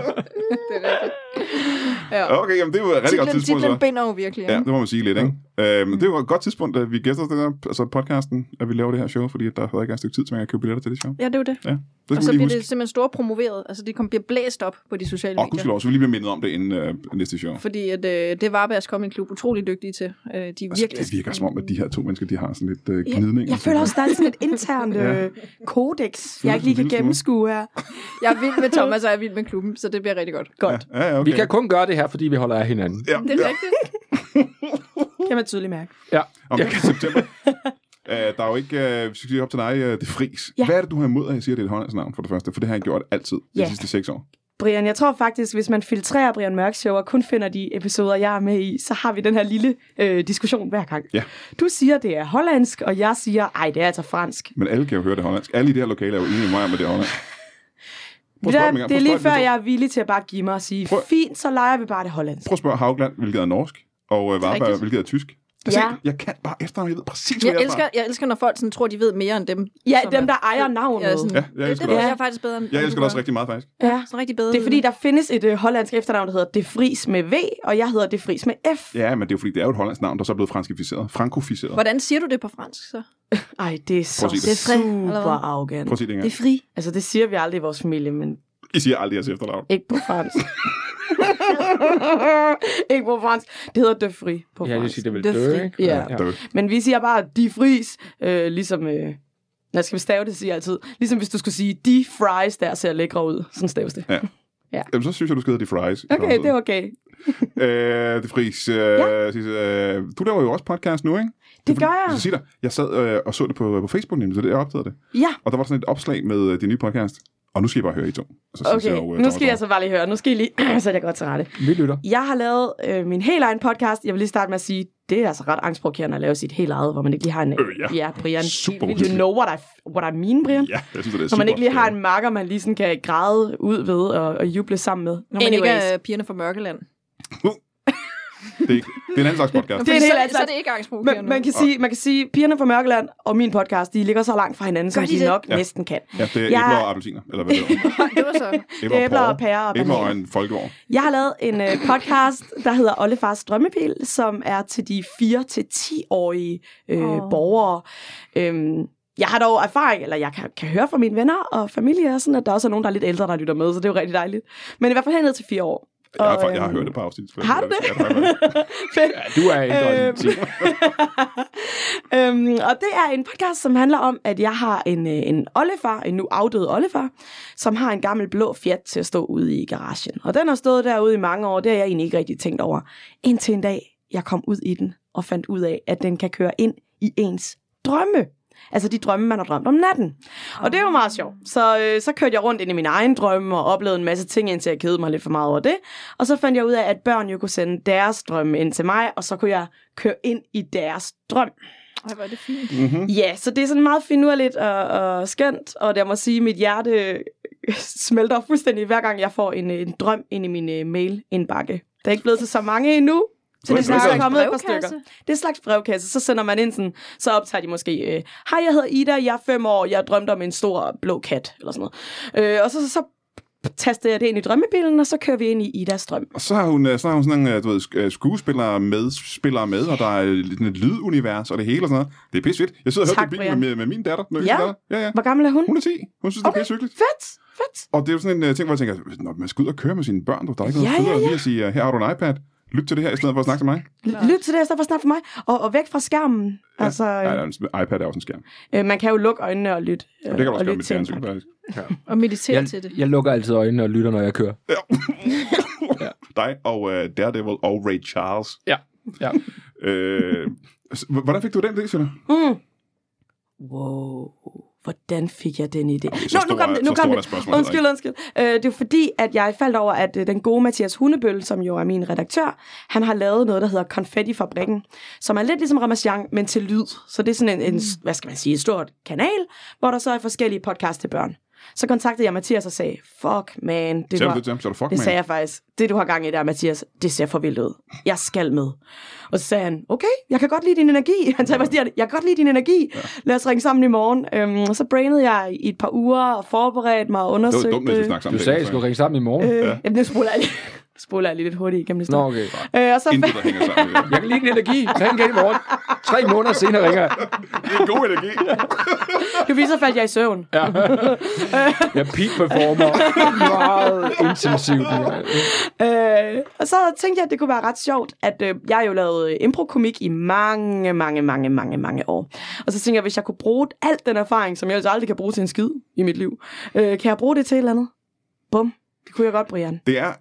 Speaker 1: Ja. Okay, jamen det er jo et rigtig godt tidspunkt.
Speaker 3: Titlen binder jo virkelig.
Speaker 1: Ja, det må man sige lidt, ikke? Det er jo et godt tidspunkt, at vi gæster den her, altså podcasten, at vi laver det her show, fordi der har ikke et stykke tid, så man kan købe billetter til det show.
Speaker 3: Ja, det er jo det.
Speaker 1: Ja,
Speaker 3: og så bliver det simpelthen stort promoveret. Altså, det bliver blæst op på de sociale medier.
Speaker 1: Gudskelov, så vi lige bliver mindet om det inden næste show.
Speaker 3: Fordi at, det var Varbergs Comedy Club utrolig dygtige til. De virkelig...
Speaker 1: Det virker som om, at de her to mennesker, de har sådan lidt gnidning.
Speaker 4: Jeg føler også, der er sådan et internt kodex, jeg ikke lige kan gennemskue her.
Speaker 3: Jeg er vild med Thomas, og jeg er vild med klubben, så det bliver rigtig godt.
Speaker 4: Godt.
Speaker 1: Ja, okay.
Speaker 2: Vi kan kun gøre det her, fordi vi holder af hinanden.
Speaker 1: Ja.
Speaker 3: Det er rigtigt.
Speaker 4: Kan man tydeligt mærke.
Speaker 2: Ja.
Speaker 1: Omkring september. Der er jo ikke, vi skal sige op til dig, det fris. Ja. Hvad er det, du har imod, at jeg siger, at det er et hollandsk navn for det første? For det har jeg gjort altid de sidste 6 år.
Speaker 4: Brian, jeg tror faktisk, hvis man filtrerer Brian Mørk Show og kun finder de episoder, jeg er med i, så har vi den her lille diskussion hver gang.
Speaker 1: Ja.
Speaker 4: Du siger, det er hollandsk, og jeg siger, ej, det er altså fransk.
Speaker 1: Men alle kan jo høre det hollandsk. Alle i det her lokale er jo enige med mig om, at det er hollandsk.
Speaker 4: Det er lige før, jeg er villig til at bare give mig og sige, fint, så leger vi bare det hollandsk.
Speaker 1: Prøv at spørge Haugland, hvilket er norsk, og Varberg, hvilket er tysk. Altså, jeg kan bare efternavn, jeg ved præcis, hvad
Speaker 3: jeg elsker, når folk sådan tror, de ved mere end dem.
Speaker 4: Ja, dem, der ejer navnet.
Speaker 1: Jeg elsker det.
Speaker 3: Jeg er faktisk bedre end
Speaker 1: jeg elsker det også rigtig meget, faktisk.
Speaker 4: Ja,
Speaker 3: så rigtig bedre.
Speaker 4: Det er fordi, der findes et hollandsk efternavn, der hedder De Vries med V, og jeg hedder De Vries med F.
Speaker 1: Ja, men det er jo fordi, det er jo et hollandsk navn, der så er blevet frankoficeret.
Speaker 3: Hvordan siger du det på fransk, så?
Speaker 4: Ej, det er så super arrogant.
Speaker 1: Prøv at sige det engang.
Speaker 3: Det er fri.
Speaker 4: Altså, det siger vi aldrig i vores familie, men...
Speaker 1: I siger aldrig jeres efternavn.
Speaker 4: Ikke på fransk. Ikke på fransk. Det hedder De Vries på fransk.
Speaker 2: Ja, det siger det vel ikke?
Speaker 4: Ja. Men vi siger bare De Vries, ligesom... Når jeg skal stave det, siger jeg altid. Ligesom hvis du skulle sige, de fries der ser lækre ud. Sådan staves det.
Speaker 1: Ja. Jamen, så synes jeg, du skal hedde de fries.
Speaker 4: Okay, det er okay.
Speaker 1: De Fries. Du laver jo også podcast nu, ikke?
Speaker 4: Det gør jeg.
Speaker 1: Så siger jeg sad og så det på Facebook, nemlig, så det jeg opdagede det.
Speaker 4: Ja.
Speaker 1: Og der var sådan et opslag med din nye podcast. Og nu skal I bare høre I to.
Speaker 4: Okay, nu skal jeg så bare lige høre. Nu skal I lige sætte jer godt til rette.
Speaker 2: Vi lytter.
Speaker 4: Jeg har lavet min helt egen podcast. Jeg vil lige starte med at sige, det er altså ret angstprovokerende at lave sit helt eget, hvor man ikke lige har en... Ja, Brian.
Speaker 1: Super.
Speaker 4: You know what I mean, Brian?
Speaker 1: Ja, jeg synes, det er super.
Speaker 4: Hvor man ikke lige har en makker, man lige sådan kan græde ud ved og juble sammen med.
Speaker 3: Når man ikke er pigerne fra Mørkeland.
Speaker 1: Det er en anden slags podcast.
Speaker 3: Det er så det er ikke angstprovokerende.
Speaker 4: Man kan sige, pigerne fra Mørkeland og min podcast, de ligger så langt fra hinanden, som de nok næsten kan.
Speaker 1: Ja, det er æbler og appelsiner, eller hvad det er.
Speaker 3: Det var så.
Speaker 4: Æbler og pærer og
Speaker 1: bananer. Æbler og en folkevogn.
Speaker 4: Jeg har lavet en podcast, der hedder Ollefars Drømmepil, som er til de 4-10-årige borgere. Jeg har dog erfaring, eller jeg kan høre fra mine venner og familie, og sådan, at der også er nogen, der er lidt ældre, der lytter med, så det er jo rigtig dejligt. Men i hvert fald helt ned til 4 år.
Speaker 1: Jeg har hørt det på afsnit.
Speaker 4: Har du det?
Speaker 2: Ja, du er ældre end 10.
Speaker 4: Og det er en podcast, som handler om, at jeg har en oldefar, en nu afdød oldefar, som har en gammel blå Fiat til at stå ude i garagen. Og den har stået derude i mange år, det har jeg egentlig ikke rigtig tænkt over. Indtil en dag, jeg kom ud i den og fandt ud af, at den kan køre ind i ens drømme. Altså de drømme, man har drømt om natten. Og det er jo meget sjovt. Så kørte jeg rundt ind i min egen drømme og oplevede en masse ting, indtil jeg kedede mig lidt for meget over det. Og så fandt jeg ud af, at børn jo kunne sende deres drømme ind til mig, og så kunne jeg køre ind i deres drøm.
Speaker 3: Ej, hvor er det fint.
Speaker 1: Mm-hmm.
Speaker 4: Ja, så det er sådan meget finurligt og skønt, og jeg må sige, at mit hjerte smelter fuldstændig, hver gang jeg får en drøm ind i min mail-indbakke. Der er ikke blevet til så mange endnu. Så det er kommet et par stykker. Det er en slags brevkasse. Så sender man ind sådan, så optager de måske, hej, jeg hedder Ida, jeg er 5 år, jeg drømte om en stor blå kat, eller sådan noget. Og så taster jeg det ind i drømmebilen, og så kører vi ind i Idas drøm.
Speaker 1: Og så har hun sådan nogle, du ved, skuespillere med, og der er et lydunivers og det hele og sådan noget. Det er pisse fedt. Jeg sidder og hører i bilen med min datter.
Speaker 4: Ja. Hvor gammel er hun?
Speaker 1: Hun er 10. Hun synes, det er pisse hyggeligt.
Speaker 4: Fedt.
Speaker 1: Og det er jo sådan en ting, hvor jeg tænker, når man skal ud og køre med sine børn, der er ikke noget federe lige at sige, her har du en iPad. Lyt til det her, i stedet for at snakke til mig.
Speaker 4: Lyt til det her, i stedet for at snakke til mig. Og væk fra skærmen.
Speaker 1: Ja.
Speaker 4: Altså,
Speaker 1: iPad er også en skærm.
Speaker 4: Man kan jo lukke øjnene og lytte.
Speaker 1: Og det kan du også gøre med fjernsyn, faktisk.
Speaker 3: Ja. Og meditere til det.
Speaker 2: Jeg lukker altid øjnene og lytter, når jeg kører.
Speaker 1: Ja. Dig og Daredevil og Ray Charles.
Speaker 2: Ja.
Speaker 1: Hvordan fik du den idé, Silla?
Speaker 4: Wow. Hvordan fik jeg den idé?
Speaker 1: Nu kom det.
Speaker 4: Undskyld. Det er fordi, at jeg faldt over, at den gode Mathias Hundebøl, som jo er min redaktør, han har lavet noget, der hedder Konfettifabrikken, som er lidt ligesom Ramachan, men til lyd. Så det er sådan en hvad skal man sige, et stort kanal, hvor der så er forskellige podcasts til børn. Så kontaktede jeg Mathias og sagde, fuck man, det sagde jeg faktisk. Det du har gang i der, Mathias, det ser for vildt ud. Jeg skal med. Og så sagde han, okay, jeg kan godt lide din energi. Han sagde, jeg kan godt lide din energi. Ja. Lad os ringe sammen i morgen. Og så brainede jeg i et par uger og forberedte mig og undersøgte.
Speaker 1: Det var dumt, at vi snakke sammen.
Speaker 2: Du sagde, at vi skulle ringe sammen i morgen.
Speaker 4: Jamen, det spoler jeg lige lidt hurtigt igennem det.
Speaker 2: Nå, okay.
Speaker 4: Og så
Speaker 1: Intet, der hænger sammen.
Speaker 2: Jeg kan lide din energi. Tag den igen i morgen. 3 måneder senere ringer jeg.
Speaker 1: Det er en god energi.
Speaker 4: Det viser, faldt jeg i søvn.
Speaker 2: Ja. Jeg peak performer meget intensivt.
Speaker 4: Og så tænkte jeg, at det kunne være ret sjovt, at jeg jo lavede improkomik i mange år. Og så tænkte jeg, hvis jeg kunne bruge alt den erfaring, som jeg altså aldrig kan bruge til en skid i mit liv, kan jeg bruge det til et eller andet? Bum. Det kunne jeg godt, Brian.
Speaker 1: Det er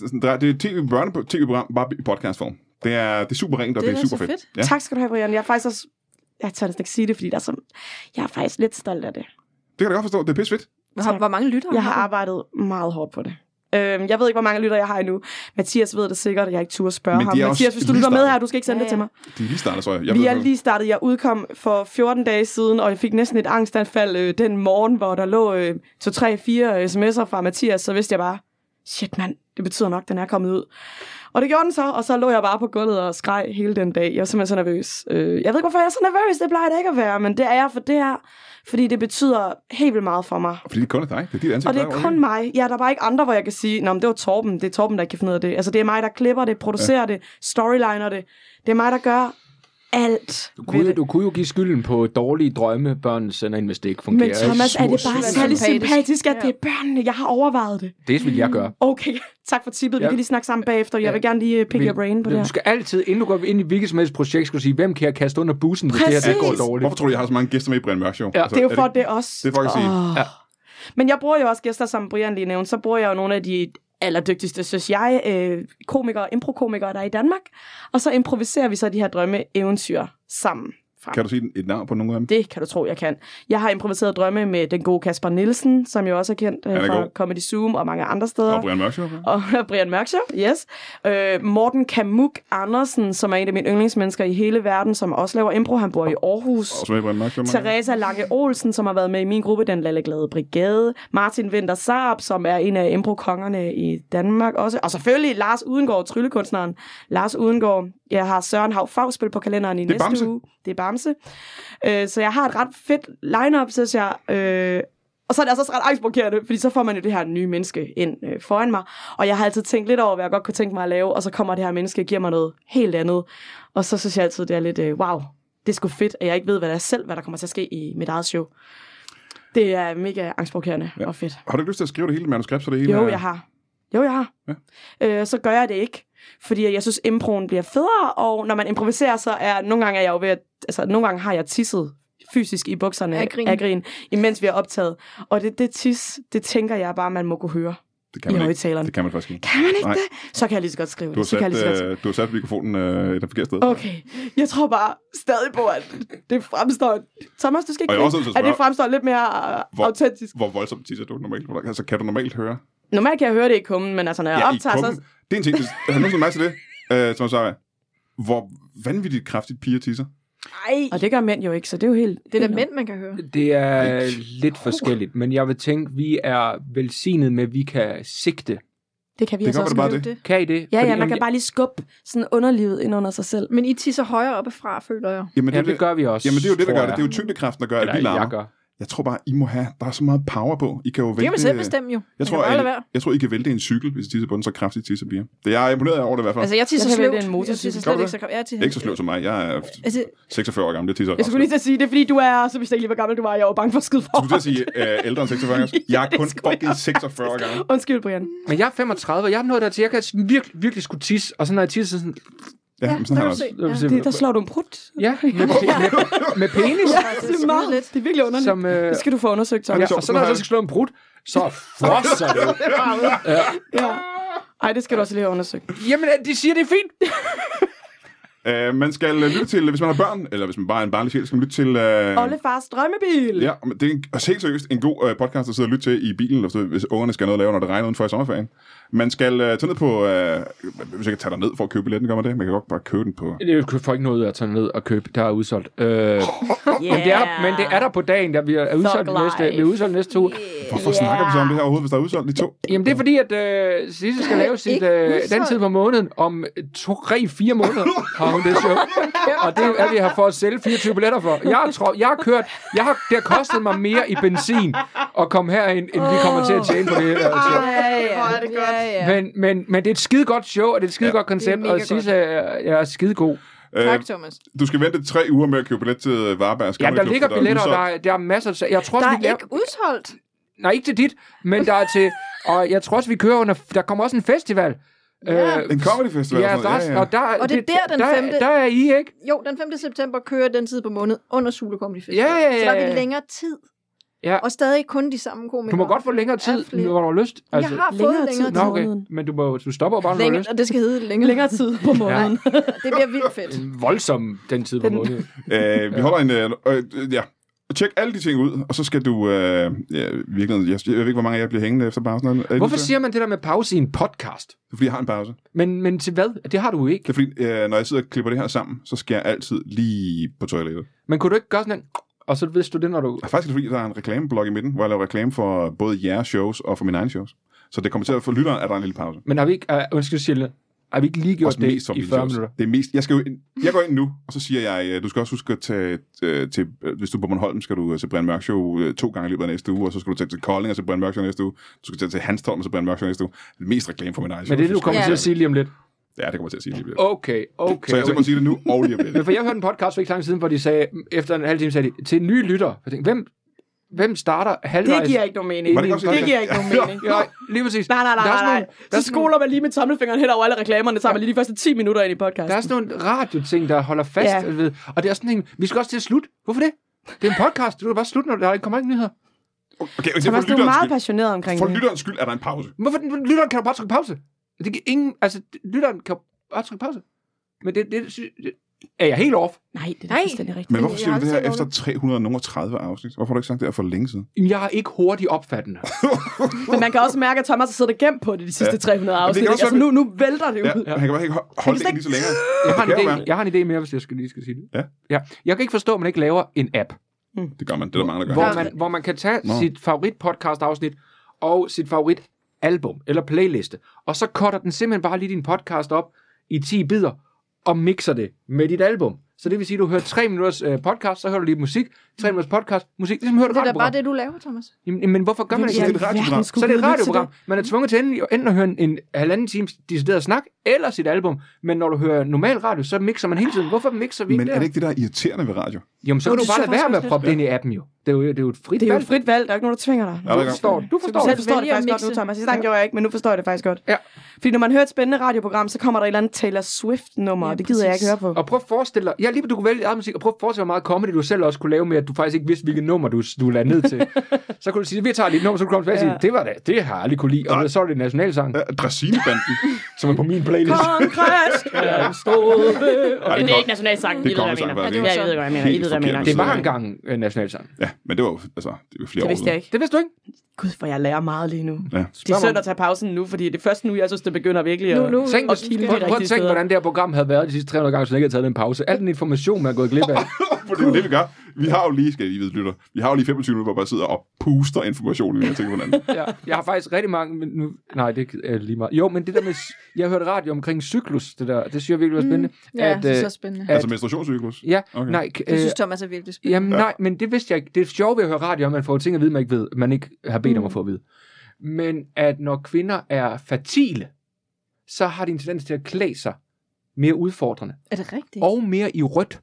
Speaker 1: tv-program, bare i podcastform. Det er super rent, og det er super fedt.
Speaker 3: Ja.
Speaker 4: Tak skal du have, Brian. Jeg er faktisk også... Jeg tør næsten ikke sige det, fordi jeg er faktisk lidt stolt af det.
Speaker 1: Det kan jeg godt forstå. Det er pisse fedt.
Speaker 3: Hvor mange lytter
Speaker 4: jeg har arbejdet meget hårdt på det. Jeg ved ikke, hvor mange lytter jeg har endnu. Mathias ved det sikkert, at jeg ikke turde spørge ham. Mathias, hvis du lytter med her, du skal ikke sende det til mig.
Speaker 1: De er lige startet, så jeg.
Speaker 4: Vi er lige startet. Jeg udkom for 14 dage siden, og jeg fik næsten et angstanfald den morgen, hvor der lå 2, 3, 4 sms'er fra Mathias. Så vidste jeg bare, shit mand, det betyder nok, den er kommet ud. Og det gjorde den så, og så lå jeg bare på gulvet og skreg hele den dag. Jeg var simpelthen så nervøs. Jeg ved ikke, hvorfor jeg er så nervøs. Det plejer det ikke at være, men det er jeg for det her. Fordi det betyder helt vildt meget for mig.
Speaker 1: Og fordi det kun er dig. Det er dit ansigt.
Speaker 4: Og det er kun mig. Ja, der er bare ikke andre, hvor jeg kan sige, nå, men det var Torben. Det er Torben, der ikke kan finde ud af det. Altså, det er mig, der klipper det, producerer det, storyliner det. Det er mig, der gør alt.
Speaker 2: Du kunne jo give skylden på dårlige drømme, børn sender ind, hvis det ikke fungerer.
Speaker 4: Men Thomas, er det bare særlig sympatisk, at det er børnene? Jeg har overvejet det.
Speaker 2: Det vil jeg gøre.
Speaker 4: Okay, tak for tippet. Vi kan lige snakke sammen bagefter. Jeg vil gerne lige pick your brain på det her.
Speaker 2: Du skal altid, inden du går ind i hvilket som helst projekt, skulle sige, hvem kan jeg kaste under bussen, hvis det her går dårligt.
Speaker 1: Hvorfor tror du, jeg har så mange gæster med i Brian Mørk Show?
Speaker 4: Ja. Altså, det er jo for det også.
Speaker 1: Det er for at sige.
Speaker 4: Ja. Men jeg bruger jo også gæster, som Brian lige nævnte. Så bruger jeg jo nogle af de allerdygtigste, synes jeg, improkomikere, der er i Danmark. Og så improviserer vi så de her drømme-eventyr sammen.
Speaker 1: Kan du sige et navn på nogle af dem?
Speaker 4: Det kan du tro, jeg kan. Jeg har improviseret drømme med den gode Kasper Nielsen, som jo også er kendt fra Comedy Zoom og mange andre steder.
Speaker 1: Og Brian Mørk Show.
Speaker 4: Og Brian Mørk Show, yes. Morten Kamuk Andersen, som er en af mine yndlingsmennesker i hele verden, som også laver impro. Han bor i Aarhus.
Speaker 1: Også med Brian Mørk Show.
Speaker 4: Teresa Lange Olsen, som har været med i min gruppe, Den Lalleglade Brigade. Martin Winter Saab, som er en af impro-kongerne i Danmark også. Og selvfølgelig Lars Udengård, tryllekunstneren. Lars Udengård. Jeg har Søren Hav Fagsspil på kalenderen i næste uge. Det er Bamse. Så jeg har et ret fedt line-up, synes jeg. Og så er det altså også ret angstprovokerende, fordi så får man jo det her nye menneske ind foran mig. Og jeg har altid tænkt lidt over, hvad jeg godt kunne tænke mig at lave. Og så kommer det her menneske og giver mig noget helt andet. Og så synes jeg altid, det er lidt, wow, det er sgu fedt, at jeg ikke ved, hvad der kommer til at ske i mit eget show. Det er mega angstprovokerende og fedt.
Speaker 1: Har du ikke lyst til at skrive det hele manuskript, så det hele?
Speaker 4: Jo, jeg har. Ja. Så gør jeg det ikke. Fordi jeg synes, improen bliver federe, og når man improviserer, så nogle gange er jeg jo ved at, altså nogle gange har jeg tisset fysisk i bukserne af grin, imens vi har optaget. Og det tis, det tænker jeg bare, man må kunne høre.
Speaker 1: kan man
Speaker 4: i
Speaker 1: ikke.
Speaker 4: højtaleren.
Speaker 1: Det kan man faktisk ikke.
Speaker 4: Kan man ikke det? Så kan jeg lige så godt skrive det.
Speaker 1: Du har sat mikrofonen et forkert sted.
Speaker 4: Okay. Jeg tror bare stadig på, at det fremstår... Thomas, du skal ikke at det fremstår lidt mere autentisk.
Speaker 1: Hvor voldsomt tisser du normalt? Altså, kan du normalt høre?
Speaker 4: Normalt kan jeg høre det i kummen, men altså, når jeg optager, så...
Speaker 1: Det er en ting, har du nogensinde mærke til det, som så hvor vanvittigt kraftigt piger tisser?
Speaker 3: Ej.
Speaker 4: Og det gør mænd jo ikke, så det er jo helt...
Speaker 3: Det er da mænd, man kan høre.
Speaker 2: Det er lidt forskelligt, men jeg vil tænke, vi er velsignet med, at vi kan sigte.
Speaker 4: Det kan vi
Speaker 1: altså
Speaker 4: også.
Speaker 1: Bare det.
Speaker 2: Kan I det?
Speaker 4: Ja, man kan bare lige skubbe sådan underlivet ind under sig selv.
Speaker 3: Men I tisser højere oppefra, føler jeg.
Speaker 2: Jamen, det gør vi også.
Speaker 1: Jamen, det er jo det, der gør det. Det er jo tyngdekraften, der gør, at vi larmer. Jeg tror bare, I må have... Der er så meget power på. I kan jo vælte...
Speaker 3: Det kan man selv bestemme jo.
Speaker 1: Jeg tror, I kan vælte en cykel, hvis I tisser på den, så kraftigt tisser piger. Det er jeg imponeret over det i hvert fald.
Speaker 3: Altså, jeg tisser sløvt.
Speaker 1: Ikke så sløvt som mig. Jeg er 46 år gammel. Det tisser.
Speaker 4: Jeg skulle lige til at sige, det er fordi, du er... Så vidste jeg ikke lige, hvor gammel du var. Jeg var bange for at skide for.
Speaker 1: Du skulle til at sige ældre end 46 år. Jeg er kun fucking 46 år gammel.
Speaker 4: Undskyld, Brian.
Speaker 2: Men jeg er 35, og jeg er nået dertil. Jeg kan virkelig skulle tisse. Og så når jeg tisser sådan...
Speaker 1: Ja, sådan
Speaker 4: her der slår du en prut.
Speaker 2: Ja, med penis.
Speaker 4: Ja, det er virkelig underligt. Det skal du få undersøgt, Thomas.
Speaker 2: Ja, og så når jeg så skal slå en prut, så frosser det.
Speaker 4: Ja. Ej, det skal du også lige have undersøgt.
Speaker 2: Jamen, de siger, det er fint.
Speaker 1: Man skal lytte til, hvis man har børn, eller hvis man bare er en barnlig sjæl, skal man lytte til...
Speaker 4: Ollefars drømmebil!
Speaker 1: Ja, det er helt seriøst en god podcast at sidde og lytte til i bilen, hvis ungerne skal noget lave, når det regner udenfor i sommerferien. Man skal tage ned på... hvis jeg kan tage dig ned for at købe billetten, gør man det? Man kan godt bare købe den på...
Speaker 2: Det får ikke noget ud af at tage ned og købe. Der er udsolgt. Men det er der på dagen, der vi er udsolgt næste 2 uger.
Speaker 1: Hvorfor snakker vi så om det her overhovedet, hvis der er udsolgt de 2?
Speaker 2: Jamen, det er fordi, at Sisse skal lave sit den tid på måneden. Om 3-4 måneder har hun det show. Og det er vi her for at sælge 24 billetter for. Det har kostet mig mere i benzin at komme herind, end vi kommer til at tjene på det her show. Men det er et skide godt show, og det er et skide godt koncept, og Sisse er skide god.
Speaker 3: Tak, Thomas.
Speaker 1: Du skal vente 3 uger med at købe billet til Varberg.
Speaker 2: Ja, der ligger billetter, og der er masser. Jeg tror,
Speaker 3: der er ikke udsolgt.
Speaker 2: Nej, ikke til dit, men der er til... Og jeg tror også, vi kører under... Der kommer også en festival.
Speaker 1: Ja. En comedy festival.
Speaker 2: Ja,
Speaker 3: og det er der den 5.
Speaker 2: Der er I, ikke?
Speaker 3: Jo, den 5. september kører den tid på måned under Zulu Comedy Festival.
Speaker 2: Ja.
Speaker 3: Så der er vi længere tid. Ja. Og stadig kun de samme komikere.
Speaker 2: Du må godt få længere tid, når du har lyst.
Speaker 3: Altså, jeg har fået længere tid.
Speaker 2: Okay. Men du stopper bare, når du har lyst.
Speaker 3: Og det skal hedde længere tid på måneden. Ja. Det bliver vildt fedt.
Speaker 2: En voldsom den tid på måneden.
Speaker 1: Vi holder en... Tjek alle de ting ud, og så skal du... virkelig, jeg ved ikke, hvor mange af jer bliver hængende efter pausen.
Speaker 2: Hvorfor siger man det der med pause i en podcast?
Speaker 1: Det er, fordi jeg har en pause.
Speaker 2: Men til hvad? Det har du ikke.
Speaker 1: Det er, fordi når jeg sidder og klipper det her sammen, så skal jeg altid lige på toilettet.
Speaker 2: Men kunne du ikke gøre sådan en... Og så vidste du det, når du...
Speaker 1: Faktisk er det, fordi der er en reklameblok i midten, hvor jeg laver reklame for både jeres shows og for mine egne shows. Så det kommer til at få lytteren, at der er en lille pause.
Speaker 2: Men har vi ikke... Undskyld, Sjælle. Har vi ikke lige gjort det i 40 minutter?
Speaker 1: Det er mest... Jeg går ind nu, og så siger jeg, du skal også huske at tage til... Hvis du er på Bornholm, skal du til Brian Mørk Show 2 gange i løbet af næste uge, og så skal du tage til Kolding og til Brian Mørk Show næste uge. Du skal tage til Hanstholm og til Brian Mørk Show næste uge. Det er mest reklame for min egen show.
Speaker 2: Men det du kommer til at sige lige om lidt?
Speaker 1: Ja, det kommer til at sige lige om lidt.
Speaker 2: Okay.
Speaker 1: Så jeg simpelthen sige det nu og lige om lidt.
Speaker 2: Men for jeg hørte en podcast for ikke lang siden, hvor de sagde, efter en halv time, sagde de, til nye lytter. Jeg tænkte, hvem starter halvvejs?
Speaker 4: Det giver ikke nogen mening. Det giver ikke nogen mening.
Speaker 2: Ja, lige præcis.
Speaker 4: Nej. Så skoler man lige med tommelfingeren hen over alle reklamerne, tager man lige de første 10 minutter ind i podcasten.
Speaker 2: Der er sådan nogle radioting, der holder fast. Ved. Og det er sådan en, vi skal også til at slutte. Hvorfor det? Det er en podcast. Du kan bare slutte, når der kommer ikke nyheder.
Speaker 1: Okay,
Speaker 4: Thomas, du er meget passioneret omkring det.
Speaker 1: For lytterens skyld er der en pause.
Speaker 2: Hvorfor? Lytteren kan jo bare trykke pause. Det giver ingen... Altså, lytteren kan bare trykke pause. Men det er jeg helt off.
Speaker 4: Nej, det er fuldstændig rigtigt.
Speaker 1: Men hvorfor siger du det her efter 330 afsnit? Hvorfor har du ikke sagt det her for længe siden?
Speaker 2: Jeg er ikke hurtigt opfattende.
Speaker 4: Men man kan også mærke, at Thomas har siddet gemt på det de sidste 300 afsnit. Altså, nu vælter det ud.
Speaker 1: Ja, han kan bare ikke holde det lige så længe.
Speaker 2: Jeg har en idé mere, hvis jeg skal sige det.
Speaker 1: Ja.
Speaker 2: Jeg kan ikke forstå, at man ikke laver en app.
Speaker 1: Det gør man. Det er der mange, der gør.
Speaker 2: Hvor man kan tage sit favorit podcast afsnit og sit favorit album eller playliste, og så cutter den simpelthen bare lige din podcast op i 10 bidder og mixer det med dit album. Så det vil sige, at du hører 3 minutters podcast, så hører du lige musik, 3 minutters podcast, musik. Ligesom hører du
Speaker 3: det er da bare det, du laver, Thomas.
Speaker 2: Men hvorfor gør man ikke
Speaker 1: det?
Speaker 2: Så det er et radioprogram. Man er tvunget til enten at høre en halvanden times decideret snak, eller sit album. Men når du hører normal radio, så mixer man hele tiden. Hvorfor mixer vi ikke?
Speaker 1: Men er det ikke det, der er irriterende ved radio?
Speaker 2: Jamen, så kan du bare lade være med at proppe det ind i appen, jo. Det er jo et frit valg.
Speaker 4: Det er jo et frit valg. Der er ikke nogen, der tvinger dig.
Speaker 2: Du forstår det.
Speaker 4: Jeg forstår det faktisk godt nu, Thomas. Jeg gjorde jeg ikke, men nu forstår jeg det faktisk godt. Ja. Fordi når man hører et spændende radioprogram, så kommer der et eller andet Taylor Swift-nummer, og det gider jeg ikke høre på.
Speaker 2: Og prøv at forestille dig, jeg lige du kunne vælge eget musik, og prøv at forestille, hvor meget comedy du selv også kunne lave med, at du faktisk ikke vidste, hvilket nummer du lagde ned til. Så kunne du sige, vi tager lige et nummer, så kunne du komme tilbage og sige, det har jeg aldrig kunne lide, og så er det nationalsang.
Speaker 1: Dræsinebanden.
Speaker 2: Som er på min playlist.
Speaker 4: Kongres!
Speaker 3: Det er ikke nationalsang.
Speaker 1: Det er kongesang,
Speaker 3: jeg ved, hvad jeg mener.
Speaker 2: Det var engang nationalsang.
Speaker 1: Ja, men det var jo flere år
Speaker 4: siden. Det vidste jeg ikke.
Speaker 2: Det vidste du ikke?
Speaker 4: Gud, for jeg lærer meget lige nu.
Speaker 1: Ja.
Speaker 4: Det er synd at tage pausen nu, fordi det er først nu, jeg synes, det begynder virkelig at...
Speaker 2: Prøv at tænke, hvordan det her program havde været de sidste 300 gange, så jeg ikke havde taget den pause. Al den information, man er gået glip af.
Speaker 1: For det er det, vi gør. Vi har jo lige, skal I vide, lytter, vi har jo lige 25 minutter, hvor bare sidder og puster information, jeg tænker på den.
Speaker 2: Ja, jeg har faktisk rigtig mange... Men nu, nej, det er lige meget. Jo, men det der med... Jeg hørte radio omkring cyklus, det synes jeg virkelig var spændende.
Speaker 3: Ja, det er så spændende.
Speaker 1: Altså menstruationscyklus?
Speaker 2: Ja, okay. Nej.
Speaker 3: Det synes Thomas er virkelig spændende.
Speaker 2: Jamen nej, men det vidste jeg ikke. Det er sjovt ved at høre radio, man får ting at vide, man ikke ved, man ikke har bedt om at få at vide. Men at når kvinder er fertile, så har de en tendens til at klæde sig mere udfordrende.
Speaker 3: Er det rigtigt?
Speaker 2: Og mere i rødt.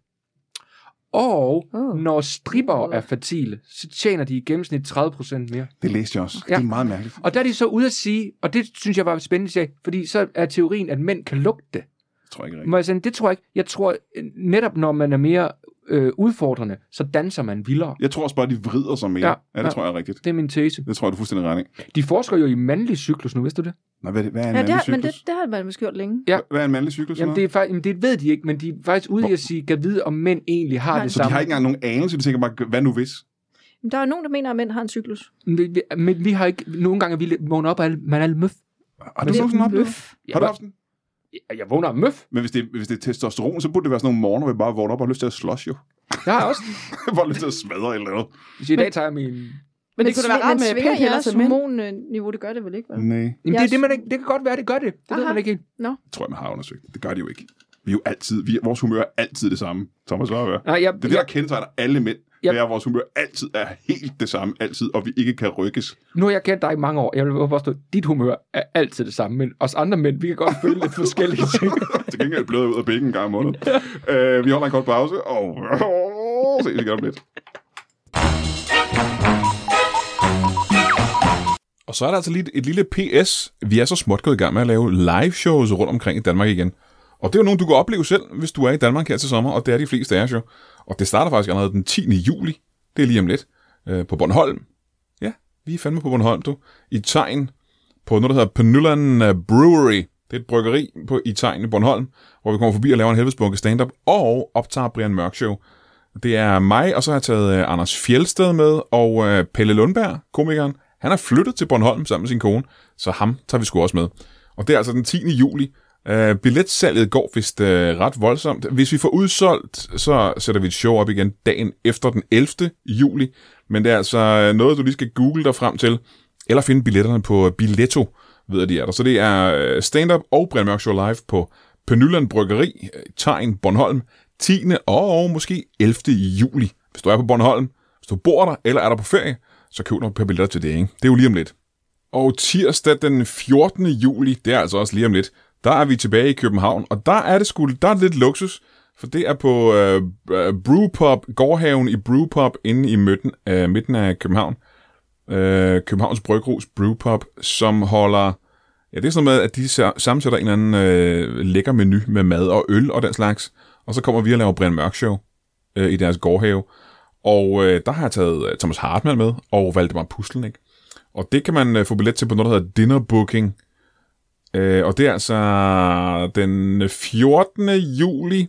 Speaker 2: Og når stripper er fertile, så tjener de i gennemsnit 30% mere.
Speaker 1: Det læste jeg også. Okay. Det er meget mærkeligt.
Speaker 2: Og der er de så ude at sige, og det synes jeg var spændende sag, fordi så er teorien, at mænd kan lugte det.
Speaker 1: Det tror jeg ikke rigtigt.
Speaker 2: Det tror jeg ikke. Jeg tror netop, når man er mere udfordrende, så danser man vildere.
Speaker 1: Jeg tror også bare, de vrider sig mere. Ja, det tror jeg er rigtigt.
Speaker 2: Det er min tese.
Speaker 1: Det tror jeg, du er fuldstændig ret i.
Speaker 2: De forsker jo i mandlig cyklus nu, vidste du det?
Speaker 1: Nå, hvad er en mandlig cyklus?
Speaker 3: Men det har man måske gjort længe.
Speaker 2: Ja.
Speaker 1: Hvad er en mandlig cyklus?
Speaker 2: Jamen, det ved de ikke, men de er faktisk ude i at sige, kan vide, om mænd egentlig har det samme.
Speaker 1: Så de har ikke engang nogen anelse, de tænker bare, hvad nu hvis?
Speaker 3: Men der er nogen, der mener, at mænd har en cyklus.
Speaker 2: Men vi har ikke, nogle gange vi vågner op, og man er alle møf.
Speaker 1: Har du sådan en oplevelse? Har du haft den?
Speaker 2: Jeg vågner af møf.
Speaker 1: Men hvis det er testosteron, så burde det være sådan nogle morgener, hvor vi bare vågner op og har lyst til at slås jo.
Speaker 2: Jeg har også.
Speaker 1: Jeg har lyst til at smadre eller noget.
Speaker 2: Så i dag tager jeg min...
Speaker 3: Men det kunne da være ret med pænt jeres hormonniveau, det gør det vel ikke?
Speaker 1: Nej.
Speaker 2: Jamen, det kan godt være, det gør det. Det ved man ikke helt.
Speaker 3: No.
Speaker 1: Det tror jeg, man har undersøgt. Det gør de jo ikke. Vi er jo altid, vores humør er altid det samme. Thomas, hvad er
Speaker 2: det?
Speaker 1: Det er det, der kendetegner alle mænd. Det er, at vores humør altid er helt det samme, altid, og vi ikke kan rykkes.
Speaker 2: Nu har jeg kendt dig i mange år. Jeg vil påstå, dit humør er altid det samme, men os andre mænd, vi kan godt føle lidt forskellige ting.
Speaker 1: Til gengæld bløder ud af bækken en gang om måneden. Vi holder en kort pause, og se, vi gør det lidt. Og så er der altså lige et lille PS. Vi er så småt gået i gang med at lave live shows rundt omkring i Danmark igen. Og det er jo nogen, du kan opleve selv, hvis du er i Danmark her til sommer, og det er de fleste af jer jo. Og det starter faktisk allerede den 10. juli. Det er lige om lidt. På Bornholm. Ja, vi er fandme på Bornholm, du. I Tegn. På noget, der hedder Penullan Brewery. Det er et bryggeri i Tegn i Bornholm, hvor vi kommer forbi og laver en helvedesbunke stand-up, og optager Brian Mørk Show. Det er mig, og så har jeg taget Anders Fjeldsted med, og Pelle Lundberg, komikeren. Han er flyttet til Bornholm sammen med sin kone, så ham tager vi sgu også med. Og det er altså den 10. juli. Billetsalget går vist ret voldsomt. Hvis vi får udsolgt, så sætter vi et show op igen dagen efter den 11. juli. Men det er altså noget, du lige skal google dig frem til, eller finde billetterne på Billetto, ved de er der. Så det er stand-up og Brian Mørk Show live på Penullan Bryggeri, Tegn, Bornholm, 10. og måske 11. juli. Hvis du er på Bornholm, hvis du bor der, eller er der på ferie, så køb dig på billetter til det, ikke? Det er jo lige om lidt. Og tirsdag den 14. juli, det er altså også lige om lidt, der er vi tilbage i København, og der er lidt luksus, for det er på Brewpub, Gårdhaven i Brewpub, inde i midten af København. Københavns Bryghus Brewpub, som holder... Ja, det er sådan med, at de sammensætter en eller anden lækker menu med mad og øl og den slags, og så kommer vi og laver Brian Mørk Show i deres gårdhave. Og der har jeg taget Thomas Hartmann med, og Valdemar Puslenik. Og det kan man få billet til på noget, der hedder Dinner Booking. Og det er altså den 14. juli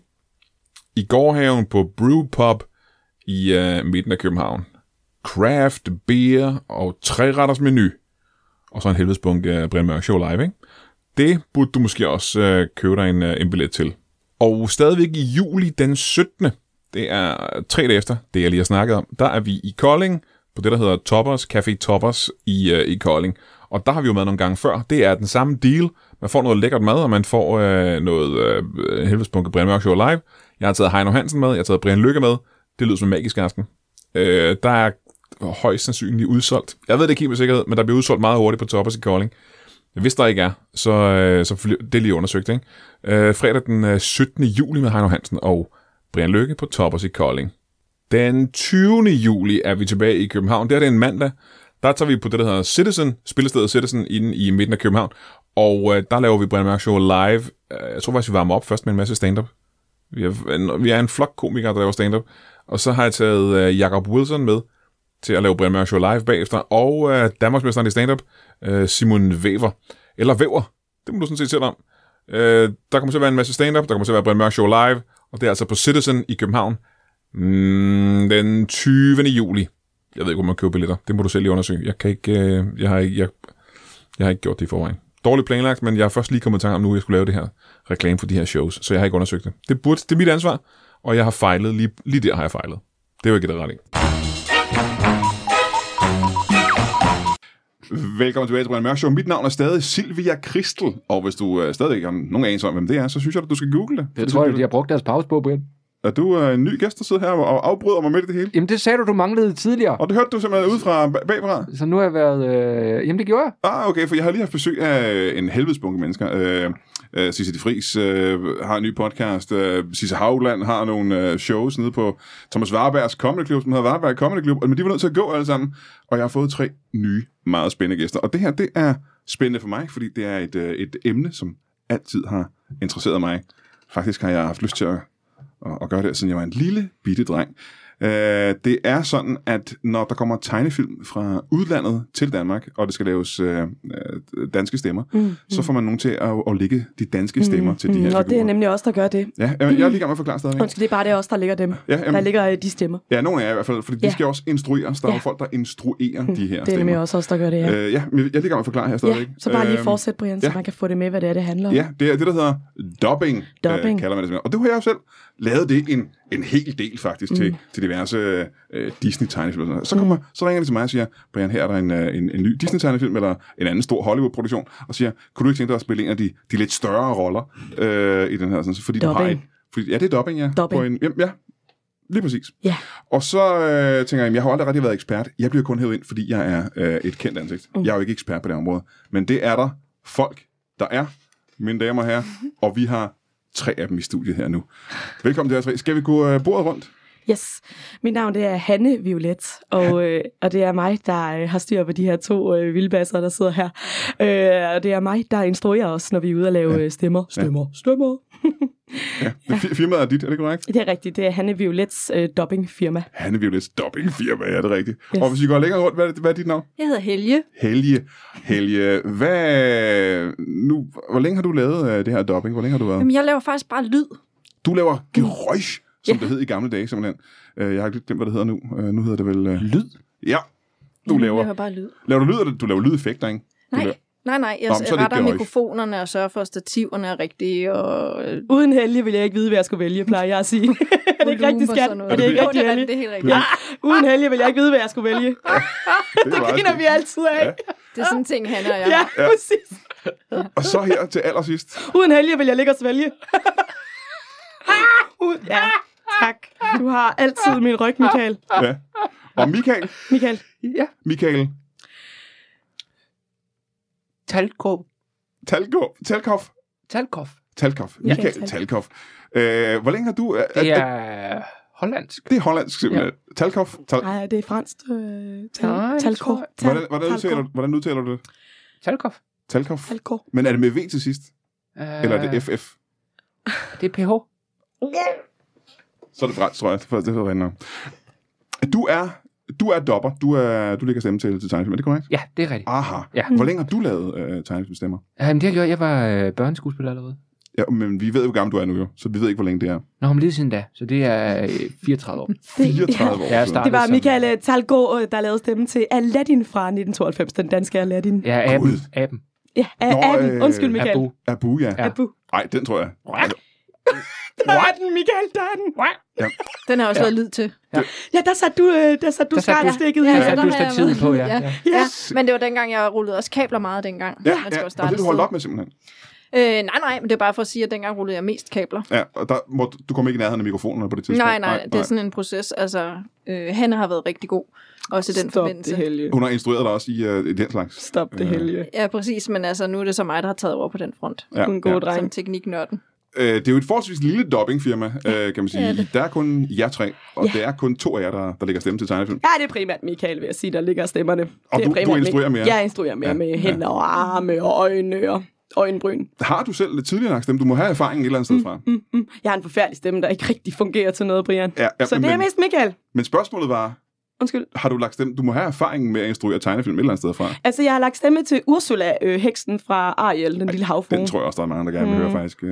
Speaker 1: i gårdhaven på Brewpub i midten af København. Craft, beer og 3-retters menu. Og så en helvedesbunke Brian Mørk Show live, ikke? Det burde du måske også købe dig en billet til. Og stadigvæk i juli den 17. Det er 3 dage efter det, jeg lige har snakket om. Der er vi i Kolding på det, der hedder Toppers, Café Toppers i Kolding. Og der har vi jo med nogle gange før. Det er den samme deal. Man får noget lækkert mad, og man får noget helvedesbunke Brian Mørk Show live. Jeg har taget Heino Hansen med, jeg har taget Brian Lykke med. Det lyder som en magisk aften. Der er højst sandsynligt udsolgt. Jeg ved det ikke helt med sikkerhed, men der bliver udsolgt meget hurtigt på Toppers i Kolding. Hvis der ikke er, så det er lige undersøgt, ikke? Fredag den 17. juli med Heino Hansen og Brian Lykke på Toppers i Kolding. Den 20. juli er vi tilbage i København. Det er en mandag. Der tager vi på det, der hedder Citizen, spillestedet Citizen, inde i midten af København. Og der laver vi Brian Mørk Show live. Jeg tror faktisk, vi varmer op først med en masse stand-up. Vi er en flok komikere, der laver stand-up. Og så har jeg taget Jacob Wilson med til at lave Brian Mørk Show live bagefter. Og Danmarksmesteren i stand-up, Simon Væver. Eller Væver. Det må du sådan set selv om. Der kommer til at være en masse stand-up. Der kommer til at være Brian Mørk Show live. Og det er altså på Citizen i København. Den 20. juli. Jeg ved ikke, hvor man køber billetter. Det må du selv lige undersøge. Jeg har ikke gjort det i forvejen. Dårligt planlagt, men jeg har først lige kommet i tanke om nu, at jeg skulle lave det her reklame for de her shows, så jeg har ikke undersøgt det. Det er mit ansvar, og jeg har fejlet. Lige der har jeg fejlet. Det er jo ikke det ret i. Velkommen tilbage til Brian Mørk Show. Mit navn er stadig Silvia Christel, og hvis du stadig ikke har nogen anelse om, hvem det er, så synes jeg, at du skal google det.
Speaker 2: Det tror jeg, de har brugt deres pause på, Brian.
Speaker 1: Er du en ny gæst, der sidder her og afbryder mig midt i det hele?
Speaker 2: Jamen, det sagde du manglede tidligere.
Speaker 1: Og det hørte du simpelthen ud fra bagfra?
Speaker 2: Så nu har jeg været... Jamen, det gjorde jeg.
Speaker 1: Okay, for jeg har lige haft besøg af en helvedesbunke mennesker. Sisse de Vries har en ny podcast. Sisse Havland har nogle shows nede på Thomas Warbergs Comedy Club, som hedder Warberg Comedy Club. Men de var nødt til at gå alle sammen. Og jeg har fået 3 nye, meget spændende gæster. Og det her, det er spændende for mig, fordi det er et emne, som altid har interesseret mig. Faktisk har jeg haft lyst til at gøre det, siden jeg var en lille bitte dreng. Det er sådan, at når der kommer tegnefilm fra udlandet til Danmark, og det skal laves danske stemmer, så får man nogen til at lægge de danske stemmer til de her figurer. Og
Speaker 4: det er nemlig også der gør det.
Speaker 1: Ja, jeg er lige i gang med at forklare stadigvæk.
Speaker 4: Det er bare det også, der ligger dem. Ja, der ligger de stemmer.
Speaker 1: Ja, nogle af jer i hvert fald, fordi de skal også instrueres. Der er jo folk, der instruerer de her stemmer. Det
Speaker 4: er nemlig også der gør det, ja.
Speaker 1: Jeg er lige i gang med at forklare her stadigvæk.
Speaker 4: Så bare lige fortsæt, Brian, så man kan få det med, hvad det handler om.
Speaker 1: Ja, det er det, der hedder dubbing. Kalder man det simpelthen. Og det har jeg jo selv lavet det en hel del faktisk til diverse Disney-tegnefilm. Så ringer de til mig og siger, Brian, her er der en ny Disney-tegnefilm, eller en anden stor Hollywood-produktion, og siger, kunne du ikke tænke dig at spille en af de lidt større roller i den her? Sådan, fordi
Speaker 4: dubbing.
Speaker 1: Du har ja, det er dubbing, ja.
Speaker 4: Dubbing.
Speaker 1: Ja, lige præcis.
Speaker 4: Ja. Og
Speaker 1: så tænker jeg, jeg har aldrig rigtig været ekspert. Jeg bliver kun hævet ind, fordi jeg er et kendt ansigt. Jeg er jo ikke ekspert på det område. Men det er der folk, der er, mine damer og herrer, og vi har 3 af dem i studiet her nu. Velkommen til jer 3. Skal vi gå bordet rundt?
Speaker 4: Yes. Mit navn det er Hanne Violet, og det er mig, der har styr på de her 2 vildbasser, der sidder her. Og det er mig, der instruerer os, når vi er ude og lave stemmer. Stemmer.
Speaker 1: Ja. Firmaet er dit, er det korrekt?
Speaker 4: Det er rigtigt. Det er Hanne Violets dubbing-firma.
Speaker 1: Hanne Violets dubbing-firma, ja, det er rigtigt. Yes. Og hvis vi går længere rundt, hvad er dit navn?
Speaker 3: Jeg hedder Helge.
Speaker 1: Helge. Hvor længe har du lavet det her dubbing? Hvor længe har du været?
Speaker 3: Jamen, jeg laver faktisk bare lyd.
Speaker 1: Du laver geräusch, som det hed i gamle dage, simpelthen. Jeg har ikke glemt, hvad det hedder nu. Nu hedder det vel...
Speaker 2: Lyd?
Speaker 1: Ja.
Speaker 3: Jeg laver bare lyd.
Speaker 1: Laver du lyd, eller du laver lydeffekter, ikke?
Speaker 3: Nej. Jeg retter mikrofonerne og sørger for, at stativerne er rigtige. Og
Speaker 4: uden Helge vil jeg ikke vide, hvad jeg skulle vælge, plejer jeg at sige. Er det ikke rigtig skat?
Speaker 3: Er det ikke rigtig Helge? Det er helt rigtigt.
Speaker 4: Ja. Uden Helge vil jeg ikke vide, hvad jeg skulle vælge. Det griner vi altid af. Ja.
Speaker 3: Det er sådan en ting, Hanne og jeg.
Speaker 4: Ja, præcis.
Speaker 1: Ja. Og så her til allersidst.
Speaker 4: Uden Helge vil jeg ligge og svælge. Ja, tak. Du har altid min ryg, Michael.
Speaker 1: Ja. Og Michael?
Speaker 2: Ja.
Speaker 1: Michael?
Speaker 2: Talkov.
Speaker 1: Michael Talkov. Hvor længe har du...
Speaker 2: Det er hollandsk.
Speaker 1: Det er hollandsk, simpelthen. Ja. Talkov?
Speaker 4: Nej, det er fransk. Talkov.
Speaker 1: Hvordan udtaler du det?
Speaker 2: Talkov.
Speaker 1: Men er det med V til sidst? Eller er det FF?
Speaker 2: Det er PH.
Speaker 1: Så er det fransk, tror jeg. Det er rent. Du er dopper. Du lægger stemme til tegnefilm. Er det korrekt?
Speaker 2: Ja, det er rigtigt.
Speaker 1: Aha.
Speaker 2: Ja.
Speaker 1: Hvor længe har du lavet tegnefilmstemmer?
Speaker 2: Jamen, det har jeg gjort. Jeg var børneskuespiller allerede.
Speaker 1: Ja, men vi ved jo, hvor gammel du er nu, jo. Så vi ved ikke, hvor længe det er.
Speaker 2: Nå, men lige siden da. Så det er 34 år.
Speaker 1: 34 år.
Speaker 2: Ja,
Speaker 4: det var Michael Talgo, der lavede stemmen til Aladdin fra 1992. Den danske Aladdin.
Speaker 2: Ja, Aben.
Speaker 4: Ja, Aben. Undskyld, Michael.
Speaker 1: Abu, ja.
Speaker 4: Abu.
Speaker 1: Nej, den tror jeg.
Speaker 4: Der er den, Michael, der er den.
Speaker 3: Ja. Den har også været lyd til.
Speaker 4: Ja, der satte du skarpstikket
Speaker 2: her.
Speaker 3: Ja,
Speaker 2: der satte du tiden på, ja.
Speaker 3: Men det var dengang, jeg rullede også kabler meget dengang.
Speaker 1: Ja, og det du holdt op med simpelthen.
Speaker 3: Nej, men det er bare for at sige, at dengang rullede jeg mest kabler.
Speaker 1: Ja, og du kom ikke i nærheden af mikrofonerne på det tidspunkt?
Speaker 3: Nej, det er sådan en proces. Altså, Hanne har været rigtig god, også i den forbindelse.
Speaker 4: Det, Helge.
Speaker 1: Hun har instrueret dig også i den slags.
Speaker 4: Stop det, Helge.
Speaker 3: Ja, præcis, men altså, nu er det så mig, der har taget over på den front.
Speaker 4: Ja. En god dreng.
Speaker 3: Som tekniknørden.
Speaker 1: Det er jo et forholdsvis lille dubbingfirma, kan man sige. Ja, der er kun jer 3, og det er kun 2 af jer, der lægger stemme til tegnefilm.
Speaker 4: Ja, det er primært Michael, vil jeg sige, der ligger stemmerne.
Speaker 1: Og
Speaker 4: det er
Speaker 1: du instruerer mere?
Speaker 4: Jeg instruerer mere med hænder og arme og øjne og øjenbryn.
Speaker 1: Har du selv lidt tidligere lagt stemme? Du må have erfaring et eller andet sted fra.
Speaker 4: Jeg har en forfærdelig stemme, der ikke rigtig fungerer til noget, Brian.
Speaker 1: Ja,
Speaker 4: så det er mest Michael.
Speaker 1: Men spørgsmålet var...
Speaker 4: Undskyld.
Speaker 1: Har du lagt stemme? Du må have erfaring med at instruere tegnefilm et eller andet sted fra.
Speaker 4: Altså, jeg har lagt stemme til Ursula, heksen fra Ariel, den lille havfrue.
Speaker 1: Den tror jeg også, der er mange, der gerne vil høre, faktisk.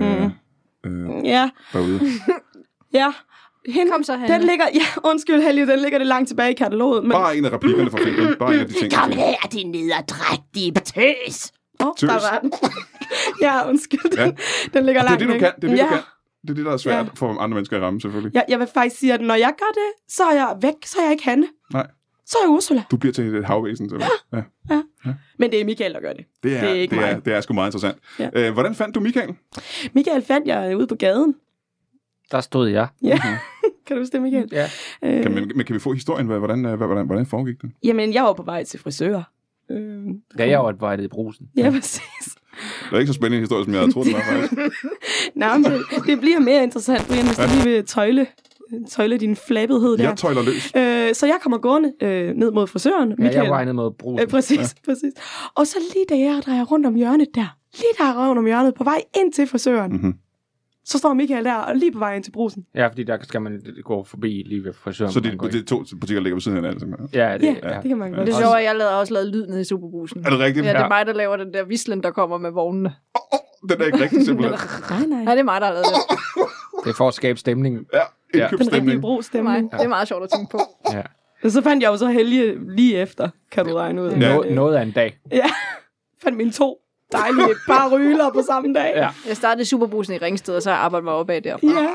Speaker 4: Ja.
Speaker 1: Derude.
Speaker 4: Ja.
Speaker 3: Kom så, Hanne.
Speaker 4: Den ligger, undskyld, Helge, den ligger det langt tilbage i kataloget. Men...
Speaker 1: Bare en af replikkerne fra filmen. Bare en af de ting.
Speaker 4: Kom her, din nederdrægtige tøs. Der var den. Ja, undskyld. Den ligger langt væk.
Speaker 1: Det er det, du kan. Det er det, der er svært for andre mennesker at ramme, selvfølgelig.
Speaker 4: Jeg vil faktisk sige, at når jeg gør det, så er jeg væk. Så er jeg ikke Hanne.
Speaker 1: Nej.
Speaker 4: Så er jeg Ursula.
Speaker 1: Du bliver til et havvæsen. Ja.
Speaker 4: Men det er Michael, der gør det. Det er ikke mig.
Speaker 1: Det er sgu meget interessant.
Speaker 4: Ja.
Speaker 1: Hvordan fandt du Michael?
Speaker 4: Michael fandt jeg ude på gaden.
Speaker 2: Der stod jeg.
Speaker 4: Ja. Kan du huske det, Michael?
Speaker 2: Ja.
Speaker 1: Kan vi få historien? Hvordan foregik det?
Speaker 4: Jamen, jeg var på vej til frisør.
Speaker 2: Da jeg var på vej i Brugsen.
Speaker 4: Ja, præcis.
Speaker 1: Det er ikke så spændende en historie, som jeg havde troet, det var faktisk.
Speaker 4: Nej, men det bliver mere interessant, Brian, hvis du lige vil tøjle din flabbethed der.
Speaker 1: Jeg tøjler løs.
Speaker 4: Så jeg kommer gående ned mod frisøren.
Speaker 2: Ja, jeg var ned mod Brugsen.
Speaker 4: Præcis. Og så lige da jeg drejer rundt om hjørnet der, på vej ind til frisøren, så står Michael der, og lige på vej ind til Brugsen.
Speaker 2: Ja, fordi der skal man gå forbi lige ved frisøren.
Speaker 1: Så det er 2 butikker, der ligger ved siden af hinanden?
Speaker 2: Ja, det
Speaker 4: kan man godt.
Speaker 3: Det er sjovt, at jeg også lavet lyd nede i Superbrugsen.
Speaker 1: Er det rigtigt?
Speaker 3: Ja, det er mig, der laver den der vislen, der kommer med vognene.
Speaker 1: Den er ikke rigtig simpelthen.
Speaker 4: Nej,
Speaker 3: det er mig, der har lavet det.
Speaker 2: Det er for at skabe stemning.
Speaker 1: Ja, indkøbsstemning.
Speaker 4: Den rigtige brugstemning.
Speaker 3: Det er meget sjovt at tænke på.
Speaker 2: Ja.
Speaker 4: Og så fandt jeg jo så Helge lige efter, kan du regne ud.
Speaker 2: Noget af en dag.
Speaker 4: Ja, fandt mine 2 dejlige bare ryler på samme dag.
Speaker 2: Ja.
Speaker 3: Jeg startede i Superbrugsen i Ringsted, og så har jeg arbejdet mig opad derfra.
Speaker 4: Ja.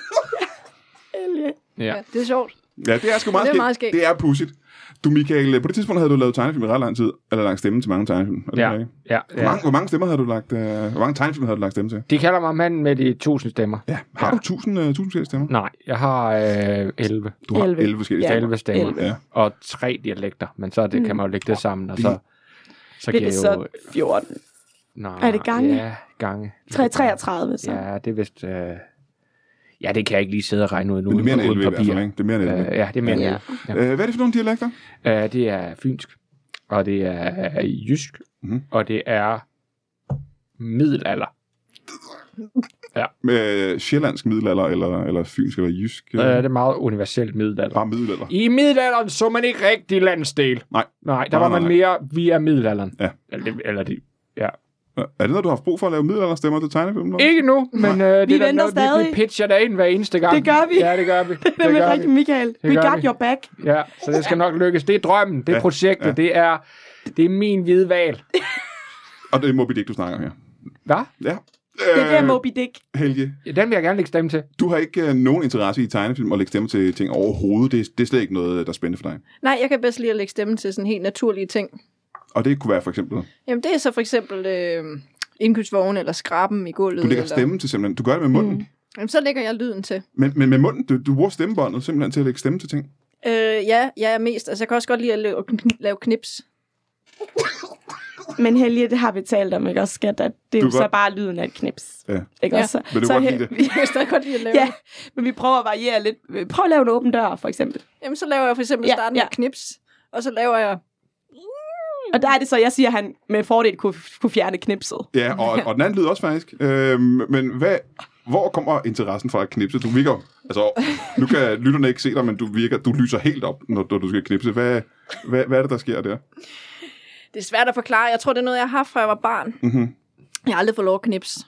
Speaker 4: Helge.
Speaker 2: Ja.
Speaker 3: Det er sjovt.
Speaker 1: Ja, det er sgu meget skægt. Det er pudsigt. Du, Michael, på det tidspunkt havde du lavet tegnefilm i ret lang tid, eller lagt stemme til mange tegnefilm.
Speaker 2: Ja.
Speaker 1: Hvor mange stemmer havde du lagt, hvor mange tegnefilm havde du lagt stemme til?
Speaker 2: De kalder mig manden med de 1000 stemmer.
Speaker 1: Ja. Har du 1000 forskellige stemmer?
Speaker 2: Nej, jeg har 11.
Speaker 1: Du har 11 forskellige stemmer.
Speaker 2: 11 stemmer. 11. Ja. Og 3 dialekter, men så kan man jo lægge det sammen, og så
Speaker 4: bliver det så 14.
Speaker 2: Nej,
Speaker 4: er det gange?
Speaker 2: Ja, gange.
Speaker 4: 33, så.
Speaker 2: Ja, det er vist... Ja, det kan jeg ikke lige sidde og regne ud nu.
Speaker 1: Men det er mere end 11 i hvert fald, ikke? Det er mere end 11.
Speaker 2: Ja, det er mere end 11.
Speaker 1: Ja. Hvad er det for nogle dialekter?
Speaker 2: Det er fynsk, og det er jysk, og det er middelalder. Ja.
Speaker 1: Med sjællandsk middelalder, eller fynsk, eller jysk?
Speaker 2: Det er meget universelt middelalder.
Speaker 1: Bare middelalder.
Speaker 2: I middelalderen så man ikke rigtig landsdel. Nej, der var man mere via middelalderen.
Speaker 1: Ja.
Speaker 2: Eller det, ja.
Speaker 1: Er det noget, du har haft brug for at lave middelalderstemmer til tegnefilm?
Speaker 2: Ikke nu, men
Speaker 4: vi venter stadig.
Speaker 2: Vi pitcher det ind hver eneste gang.
Speaker 4: Det gør vi.
Speaker 2: Ja, det gør vi.
Speaker 4: Det er rigtigt, Michael. We got your back.
Speaker 2: Ja, så det skal nok lykkes. Det er drømmen, det er projektet, det er min hvide val.
Speaker 1: Og det er Moby Dick, du snakker om her.
Speaker 2: Hvad?
Speaker 1: Ja.
Speaker 4: Det er Moby Dick.
Speaker 1: Helge.
Speaker 2: Den vil jeg gerne lægge stemme til.
Speaker 1: Du har ikke nogen interesse i tegnefilm og lægge stemme til ting overhovedet. Det er slet ikke noget, der er spændende for dig.
Speaker 3: Nej, jeg kan bedst lide at lægge stemme til sådan helt naturlige ting.
Speaker 1: Og det kunne være for eksempel?
Speaker 3: Jamen, det er så for eksempel indkøbsvogn eller skraben i gulvet.
Speaker 1: Du lægger stemme til simpelthen. Du gør det med munden.
Speaker 3: Jamen, så lægger jeg lyden til.
Speaker 1: Men med munden? Du bruger stemmebåndet simpelthen til at lægge stemme til ting?
Speaker 3: Ja, jeg er mest. Altså, jeg kan også godt lide at lave knips.
Speaker 4: Men Helge, det har vi talt om, ikke også, skat? At det er jo så bare lyden af et knips.
Speaker 1: Ja.
Speaker 4: Ikke også?
Speaker 1: Men du kan godt lide det.
Speaker 3: Jeg kan stadig godt lide at lave
Speaker 4: det. Men vi prøver at variere lidt. Prøv at lave en åben dør, for eksempel.
Speaker 3: Jamen, så laver jeg for eksempel starten med knips, og så laver jeg...
Speaker 4: Og der er det så, jeg siger, at han med fordel kunne fjerne knipset.
Speaker 1: Ja, og den anden lyder også faktisk. Men hvor kommer interessen fra at knipse? Du virker... Altså, nu kan lytterne ikke se dig, men du lyser helt op, når du skal knipse. Hvad er det, der sker der?
Speaker 3: Det er svært at forklare. Jeg tror, det er noget, jeg har haft, fra jeg var barn.
Speaker 1: Mm-hmm.
Speaker 3: Jeg har aldrig fået lov at knipse.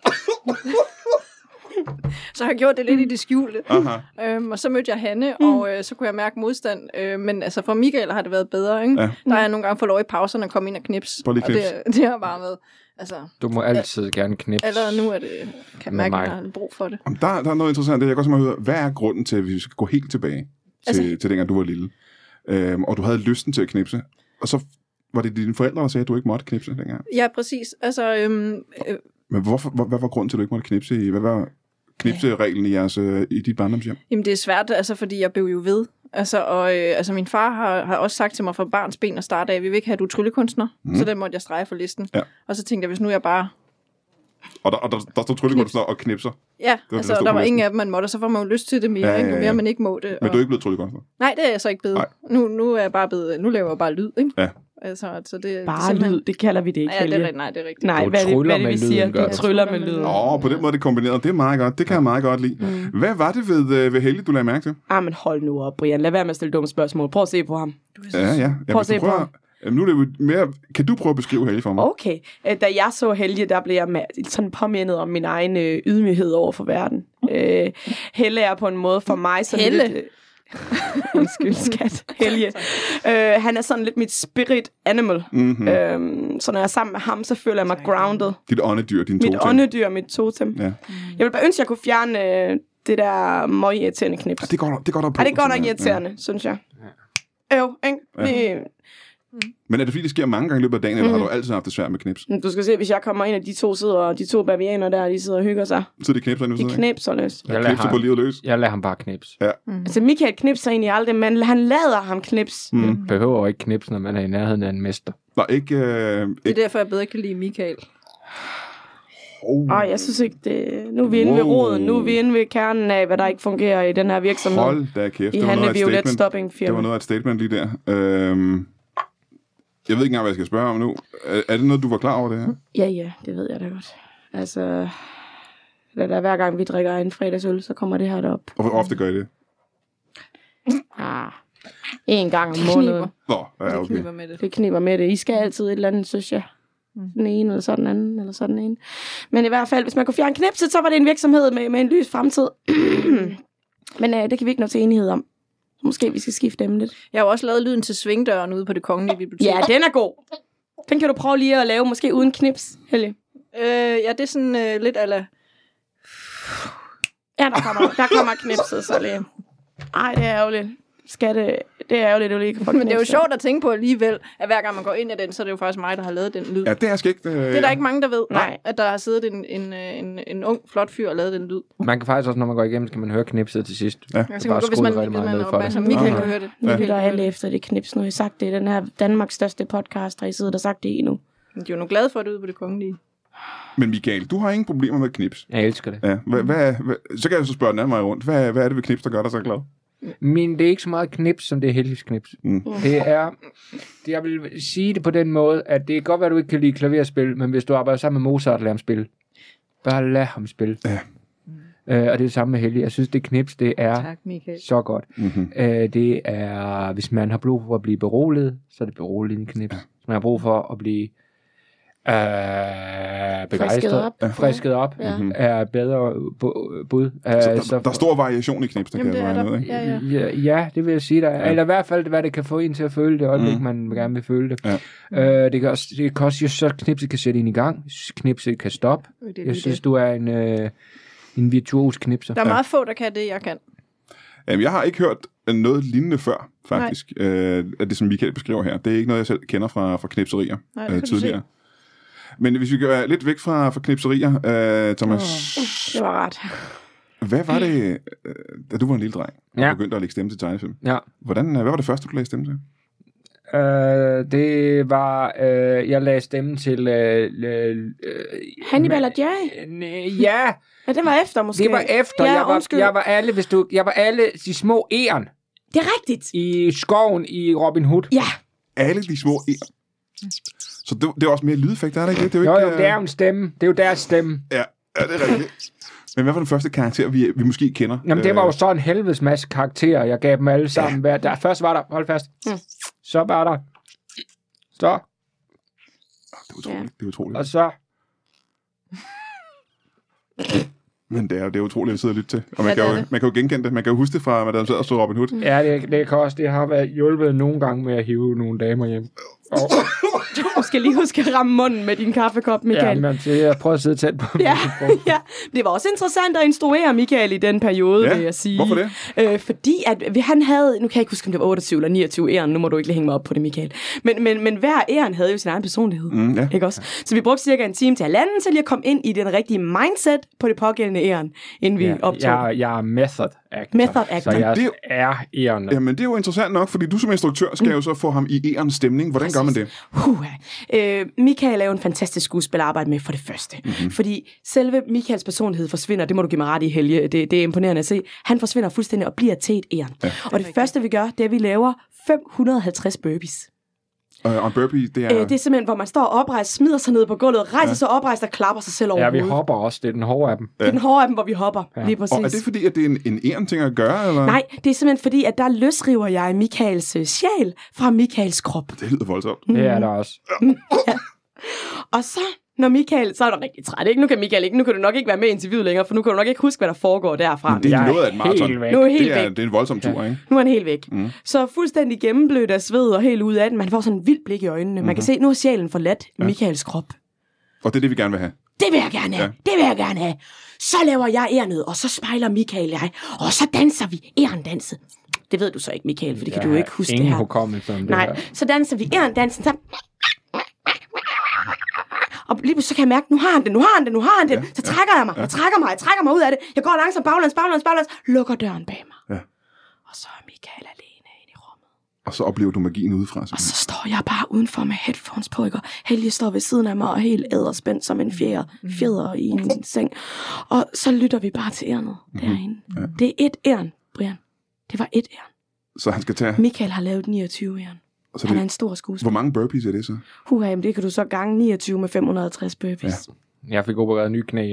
Speaker 3: Så jeg har gjort det lidt i det skjulte. Og så mødte jeg Hanne, og så kunne jeg mærke modstand. Men altså for Michael har det været bedre, ikke? Ja. Der har jeg nogle gange fået lov i pauserne at komme ind og knipse. Og det har bare været... Altså,
Speaker 2: du må altid gerne knipse.
Speaker 3: Allerede nu er det, kan jeg mærke, at jeg har brug for det.
Speaker 1: Der er noget interessant. Jeg kan godt høre, hvad er grunden til, at vi skal gå helt tilbage til dengang du var lille? Og du havde lysten til at knipse. Og så var det dine forældre, der sagde, at du ikke måtte knipse dengang?
Speaker 3: Ja, præcis. Altså,
Speaker 1: men hvad var grunden til, at du ikke måtte knipse i? Hvad var knipsereglen i dit barndomshjem?
Speaker 3: Jamen, det er svært, altså, fordi jeg blev jo ved. Altså, og min far har også sagt til mig fra barns ben at starte af, vi vil ikke have, at du er tryllekunstner. Så den måtte jeg strege for listen. Ja. Og så tænkte jeg, hvis nu jeg bare...
Speaker 1: Og der stod tryllekunstner og knipser?
Speaker 3: Ja, altså, der var ingen af dem, man måtte, og så får man jo lyst til det mere, ikke? Jo mere man ikke må det.
Speaker 1: Men du er ikke blevet tryllekunstner?
Speaker 3: Nej, det er jeg så ikke blevet. Nu er jeg bare blevet, nu laver jeg bare lyd, ikke?
Speaker 1: Ja.
Speaker 3: Altså, det
Speaker 4: bare lyd, det kalder vi det ikke.
Speaker 3: Ja, det er rigtigt.
Speaker 4: Nej, hvad er det, vi siger? Du tryller med lyden.
Speaker 1: På den måde det kombineret. Det er meget godt. Det kan jeg meget godt lide. Hvad var det ved Helge, du lagde mærke til?
Speaker 4: Men hold nu op, Brian. Lad være med at stille dumme spørgsmål. Prøv at se på ham.
Speaker 1: Ja.
Speaker 4: Prøv at se på ham.
Speaker 1: Nu er det jo mere... Kan du prøve at beskrive Helge for mig?
Speaker 4: Okay. Da jeg så Helge, der blev jeg sådan påmindet om min egen ydmyghed over for verden. Helle er på en måde for mig sådan
Speaker 3: Helle?
Speaker 4: lidt... Undskyld, skat. Helge. Han er sådan lidt mit spirit animal. Så når jeg er sammen med ham, så føler jeg mig grounded.
Speaker 1: Dit åndedyr, din totem.
Speaker 4: Mit åndedyr, mit totem. Ja. Jeg vil bare ønske, at jeg kunne fjerne det der meget irriterende knips.
Speaker 1: Det går der på.
Speaker 4: Det går nok irriterende, synes jeg. Ikke? Ja.
Speaker 1: Men er det fordi, det sker mange gange i løbet af dagen, eller har du altid haft det svært med knips?
Speaker 4: Du skal se, hvis jeg kommer ind, og de to bavianer der, de sidder og hygger sig.
Speaker 1: Så de knipser nu?
Speaker 4: De knipser løs.
Speaker 1: Knipser på livet løs?
Speaker 2: Jeg lader ham bare knips.
Speaker 1: Ja.
Speaker 4: Altså, Michael knipser egentlig aldrig, men han lader ham knips.
Speaker 2: Jeg behøver ikke knips, når man er i nærheden af en mester.
Speaker 1: Nej, ikke...
Speaker 3: Det er derfor, jeg bedre kan lide Michael.
Speaker 4: Jeg synes ikke, det... Nu er vi inde ved roden. Nu er vi inde ved kernen af, hvad der ikke fungerer i den her virksomhed.
Speaker 1: Hold da kæft.
Speaker 4: I Hanne Violet Stopping Firma.
Speaker 1: Det var noget af et statement lige der. Jeg ved ikke engang, hvad jeg skal spørge om nu. Er det noget, du var klar over det her?
Speaker 4: Ja, det ved jeg da godt. Altså, hver gang vi drikker en fredagsøl, så kommer det her derop.
Speaker 1: Og hvor ofte gør I det?
Speaker 4: En gang om måneden.
Speaker 1: Okay.
Speaker 4: Det kniber med det. I skal altid et eller andet, synes jeg. Den ene, eller så den anden, eller så den ene. Men i hvert fald, hvis man kunne fjerne knipset, så var det en virksomhed med en lys fremtid. Men det kan vi ikke nå til enighed om. Måske vi skal skifte dem lidt.
Speaker 3: Jeg har jo også lavet lyden til svingdøren ude på Det Kongelige Bibliotek.
Speaker 4: Ja, den er god. Den kan du prøve lige at lave, måske uden knips, Helge.
Speaker 3: Ja, det er sådan lidt ala...
Speaker 4: Ja, der kommer knipset så lige. Ej, det er ærgerligt. Det er ærgerligt, at du lige kan få knipset.
Speaker 3: Men det er jo sjovt at tænke på alligevel, at hver gang man går ind i den, så er det jo faktisk mig, der har lavet den lyd.
Speaker 1: Ja, det er skægt.
Speaker 3: Det er der ikke mange, der ved, at der har siddet en ung, flot fyr og lavet den lyd.
Speaker 2: Man kan faktisk også, når man går igennem, skal man høre knipset til sidst.
Speaker 1: Ja.
Speaker 3: Så bare hvis man er opmærksom. Michael kan høre det.
Speaker 4: Vi lytter alle efter det knips. Nu har I sagt det. Den her Danmarks største podcast, har I siddet og sagt det endnu.
Speaker 3: De er jo nu glade for det ude på Det Kongelige.
Speaker 1: Men Michael, du har ingen problemer med knips.
Speaker 2: Jeg elsker det.
Speaker 1: Ja. Så kan jeg så spørge den anden vej rundt. Hvad er det ved knips, der gør dig så glad?
Speaker 2: Men det er ikke så meget knips, som det er Helges knips. Jeg vil sige det på den måde, at det kan godt være, at du ikke kan lide klaverspil, men hvis du arbejder sammen med Mozart og lader ham spille, bare lad ham spille. Ja. Og det er det samme med Helge. Jeg synes, det knips, det er så godt. Det er, hvis man har brug for at blive beroliget, så er det beroligende knips. Ja. Hvis man har brug for at blive begejstret, frisket op, er bedre bud.
Speaker 1: Så der er stor variation i knips, der kan være noget,
Speaker 2: ikke? Ja, det vil jeg sige. Eller i hvert fald, hvad det kan få en til at føle det, og ikke man gerne vil føle det. Ja. Det kan også så knipset kan sætte ind i gang. Knipset kan stoppe. Jeg synes, du er en virtuos knipser.
Speaker 3: Der er meget få, der kan det, jeg kan.
Speaker 1: Jamen, jeg har ikke hørt noget lignende før, faktisk. At det, som Michael beskriver her. Det er ikke noget, jeg selv kender fra knipserier tidligere. Men hvis vi går lidt væk fra knipserier, Thomas...
Speaker 4: det var ret.
Speaker 1: Hvad var det, da du var en lille dreng, og begyndte at lægge stemme til tegnefilm? Ja. Hvad var det første, du lagde stemme til?
Speaker 2: Det var... jeg lagde stemme til...
Speaker 4: Hannibal og Jerry?
Speaker 2: Ja.
Speaker 4: Ja, det var efter måske.
Speaker 2: Det var efter. Ja, jeg var alle de små æren.
Speaker 4: Det er rigtigt.
Speaker 2: I skoven i Robin Hood.
Speaker 4: Ja.
Speaker 1: Alle de små æren. Så det er også mere lydeffekt, er det ikke? Det er
Speaker 2: jo, det er jo en stemme. Det er jo deres stemme.
Speaker 1: Ja, det er rigtigt. Men hvad var den første karakter, vi måske kender?
Speaker 2: Jamen, det var jo så en helvedes masse karakterer. Jeg gav dem alle sammen. Ja. Først var der, hold fast. Så var der. Så.
Speaker 1: Det er utroligt. Det er utroligt.
Speaker 2: Og så.
Speaker 1: Men det er utroligt at sidde og lytte til. Og man kan jo genkende det. Man kan jo huske det fra, hvad der sad og stod Robin Hood.
Speaker 2: Ja, det kan også. Det har været hjulpet nogle gange med at hive nogle damer hjem.
Speaker 4: Du skal lige huske at ramme munden med din kaffekop, Michael.
Speaker 2: Ja, men jeg prøver at sidde tæt på.
Speaker 4: Ja. Det var også interessant at instruere Michael i den periode, vil jeg sige.
Speaker 1: Hvorfor det?
Speaker 4: Fordi at han havde, nu kan jeg ikke huske, om det var 28 eller 29 æren, nu må du ikke lige hænge mig op på det, Michael. Men hver æren havde jo sin egen personlighed. Ikke også? Så vi brugte cirka en time til halvanden, til lige at komme ind i den rigtige mindset på det pågældende æren, inden vi optog.
Speaker 2: Jeg er method actor. Så jeg er æren.
Speaker 1: Jamen, det er jo interessant nok, fordi du som instruktør skal jo så få ham i ærens stemning. Hvordan gør man det?
Speaker 4: Michael er jo en fantastisk skuespiller at arbejde med for det første. Fordi selve Michaels personlighed forsvinder, det må du give mig ret i, Helge. Det er imponerende at se. Han forsvinder fuldstændig og bliver til et æren. Ja. Og det første vi gør, det er, at vi laver 550 burpees.
Speaker 1: Og en burpee, det er...
Speaker 4: Det er simpelthen, hvor man står oprejst, smider sig ned på gulvet, rejser sig oprejst og klapper sig selv over
Speaker 2: hovedet.
Speaker 4: Ja,
Speaker 2: vi hopper også. Det er den hårde af dem.
Speaker 4: Det er den hårde af dem, hvor vi hopper. Lige præcis.
Speaker 1: Og er det fordi, at det er en æren ting at gøre, eller?
Speaker 4: Nej, det er simpelthen fordi, at der løsriver jeg Michaels sjæl fra Michaels krop.
Speaker 1: Det lyder voldsomt.
Speaker 2: Det er der også.
Speaker 4: Ja. Og så... Når Michael, så er du rigtig træt, ikke? Nu kan du nok ikke være med i interviewet længere, for nu kan du nok ikke huske, hvad der foregår derfra.
Speaker 1: Men det er noget af et maraton.
Speaker 4: Nu er helt væk.
Speaker 1: Det er en voldsom tur, ikke?
Speaker 4: Nu er han helt væk. Så fuldstændig gennemblødt af sved og helt ud af den. Man får sådan en vild blik i øjnene. Man kan se, nu er sjælen forladt Michaels krop.
Speaker 1: Og det er det, vi gerne vil have.
Speaker 4: Det vil jeg gerne have. Det vil jeg gerne have. Så laver jeg ærnet, og så spejler Michael jeg. Og så danser vi ærendanset. Det ved du så ikke, Michael, for det kan du ikke huske det her.
Speaker 2: Ingen hukommelse om det her.
Speaker 4: Nej, så danser vi ærendansen sammen. Og lige så kan jeg mærke, nu har han det. Så trækker jeg mig, jeg trækker mig ud af det. Jeg går langsomt baglæns, lukker døren bag mig. Ja. Og så er Michael alene inde i rummet.
Speaker 1: Og så oplever du magien udefra.
Speaker 4: Og så står jeg bare udenfor med headphones på, ikke? Og Helge står ved siden af mig og helt æderspændt som en fjeder i en seng. Og så lytter vi bare til ærnet derinde. Ja. Det er et æren, Brian. Det var et æren.
Speaker 1: Så han skal tage...
Speaker 4: Michael har lavet 29 æren. Han er en stor skuespiller.
Speaker 1: Hvor mange burpees er det så?
Speaker 4: Det kan du så gange 29 med 560 burpees.
Speaker 2: Ja. Jeg fik opereret nye knæ.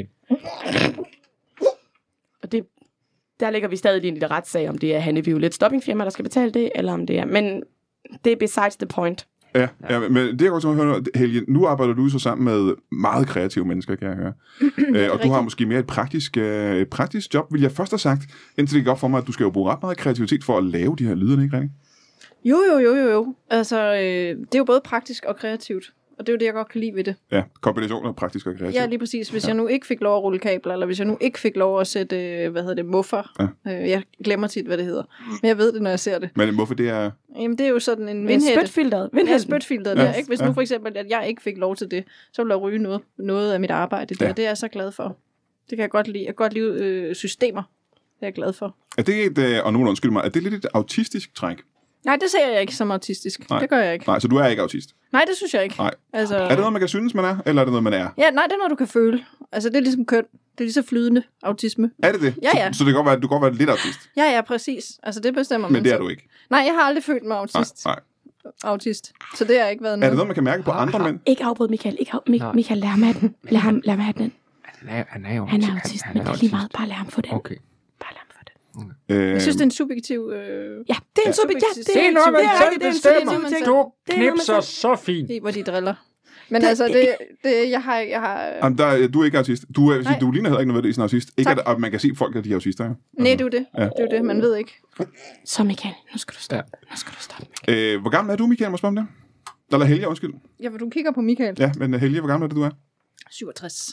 Speaker 4: Og der ligger vi stadig i en lille retssag, om det er Hanne Violet Stoppingfirma, der skal betale det, eller om det er... Men det er besides the point.
Speaker 1: Ja, men det er godt at høre, Helge, nu arbejder du så sammen med meget kreative mennesker, kan jeg høre. Og du har måske mere et praktisk job, vil jeg først have sagt, indtil det går for mig, at du skal jo bruge ret meget kreativitet for at lave de her lyder, ikke rigtigt?
Speaker 3: Jo. Altså, det er jo både praktisk og kreativt. Og det er jo det, jeg godt kan lide ved det.
Speaker 1: Ja, kombinationen af praktisk og kreativt.
Speaker 3: Ja, lige præcis. Hvis jeg nu ikke fik lov at rulle kabler, eller hvis jeg nu ikke fik lov at sætte, muffer. Ja. Jeg glemmer tit, hvad det hedder. Men jeg ved det, når jeg ser det.
Speaker 1: Men en muffer, det er...
Speaker 3: Jamen, det er jo sådan en vindhætte.
Speaker 4: Spytfilteret.
Speaker 3: Ja, spytfilteret der, ikke? Hvis nu for eksempel, at jeg ikke fik lov til det, så ville jeg ryge noget af mit arbejde. Det er jeg så glad for. Det kan jeg godt lide. Jeg kan godt lide systemer. Det er jeg glad for.
Speaker 1: Er det og nogen undskyld mig, er det lidt et autistisk træk?
Speaker 3: Nej, det ser jeg ikke som autistisk. Nej. Det gør jeg ikke.
Speaker 1: Nej, så du er ikke autist?
Speaker 3: Nej, det synes jeg ikke.
Speaker 1: Nej. Altså... Er det noget, man kan synes, man er, eller er det noget, man er?
Speaker 3: Ja, nej, det er noget, du kan føle. Altså, det er ligesom køn. Det er lige så flydende autisme.
Speaker 1: Er det?
Speaker 3: Ja.
Speaker 1: Så det kan godt være, at du kan godt være lidt autist?
Speaker 3: Ja, præcis. Altså, det bestemmer man.
Speaker 1: Men det er du ikke?
Speaker 3: Nej, jeg har aldrig følt mig autist.
Speaker 1: Nej.
Speaker 3: Autist. Så det har ikke været noget.
Speaker 1: Er det noget, man kan mærke på andre mænd?
Speaker 4: Ikke afbryd, Michael. Michael, lad ham have den. Lad ham have den.
Speaker 2: Han er
Speaker 4: autist, men det er lige meget. Bare lad ham få den.
Speaker 2: Okay.
Speaker 3: Jeg synes, det er en subjektiv...
Speaker 4: Ja, det er en subjektiv...
Speaker 2: Det er noget, man selv bestemmer. Du knipser så fint.
Speaker 3: Hvor de driller. Men altså, jeg har...
Speaker 1: Jamen, du er ikke autist. Du ligner heller ikke nødvendigvis en autist. Ikke at man kan se folk, at de er autister. Ja.
Speaker 3: Nej, det er det. Ja. Det er det, man ved ikke.
Speaker 4: Så Michael, nu skal du stoppe.
Speaker 1: Hvor gammel er du, Michael? Må jeg spørge om det? Eller Helge, undskyld.
Speaker 3: Ja, for du kigger på Michael.
Speaker 1: Ja, men Helge, hvor gammel er det, du er?
Speaker 3: 67.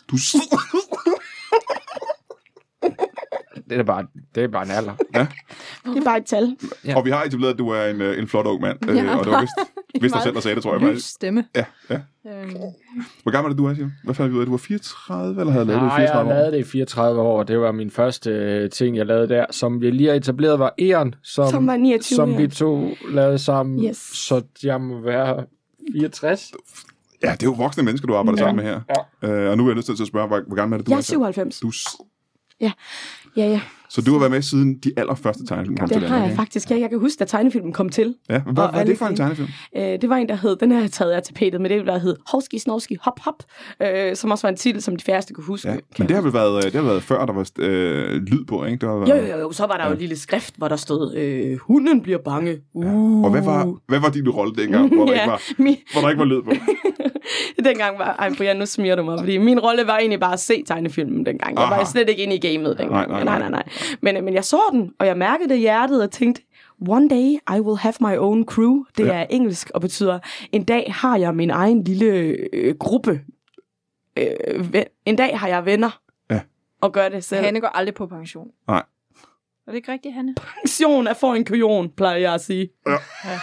Speaker 2: Det er bare en alder.
Speaker 1: Ja.
Speaker 4: Det er bare et tal.
Speaker 1: Ja. Og vi har etableret, at du er en flot ung mand. Ja. Og det var vist dig selv, der sagde det, tror jeg.
Speaker 3: Lys stemme.
Speaker 1: Ja. Hvor gammel er det, du er, siger du? Hvad fandt vi ud af? Du var 34, eller havde lavet det i 34 år?
Speaker 2: Nej, jeg lavede det i 34 år. Det var min første ting, jeg lavede der. Som vi lige har etableret, var æren, som
Speaker 4: var 29
Speaker 2: som vi to lavede sammen. Yes. Så jeg må være 64.
Speaker 1: Ja, det er jo voksne mennesker, du arbejder sammen med her. Ja. Og nu er jeg nødt til at spørge, hvor gammel er det, du er?
Speaker 4: Jeg er 97. Ja.
Speaker 1: Så du har været med siden de allerførste tegnefilm kom til?
Speaker 4: Det har jeg faktisk. Jeg kan huske, da tegnefilmen kom til.
Speaker 1: Ja, hvad var det for en tegnefilm?
Speaker 4: Det var en, der hed, den her taget af tapetet, men det der hed Hovski, Snovski, Hop, Hop, som også var en titel, som de færreste kunne huske. Ja,
Speaker 1: men det har vel været før, der var lyd på, ikke?
Speaker 4: Jo, så var der jo en lille skrift, hvor der stod, hunden bliver bange.
Speaker 1: Og hvad var din rolle dengang, hvor der ikke var lyd på?
Speaker 4: Dengang var, Brian, nu smiger du mig, fordi min rolle var egentlig bare at se tegnefilmen dengang. Jeg var slet ikke inde i gamet dengang. Nej. Men jeg så den, og jeg mærkede det i hjertet og tænkte, one day I will have my own crew. Det er engelsk og betyder, en dag har jeg min egen lille gruppe. En dag har jeg venner. Ja. Og gør det selv.
Speaker 3: Hanne går aldrig på pension.
Speaker 1: Nej.
Speaker 3: Er det ikke rigtigt, Hanne?
Speaker 4: Pension er for en kujon, plejer jeg at sige. Ja.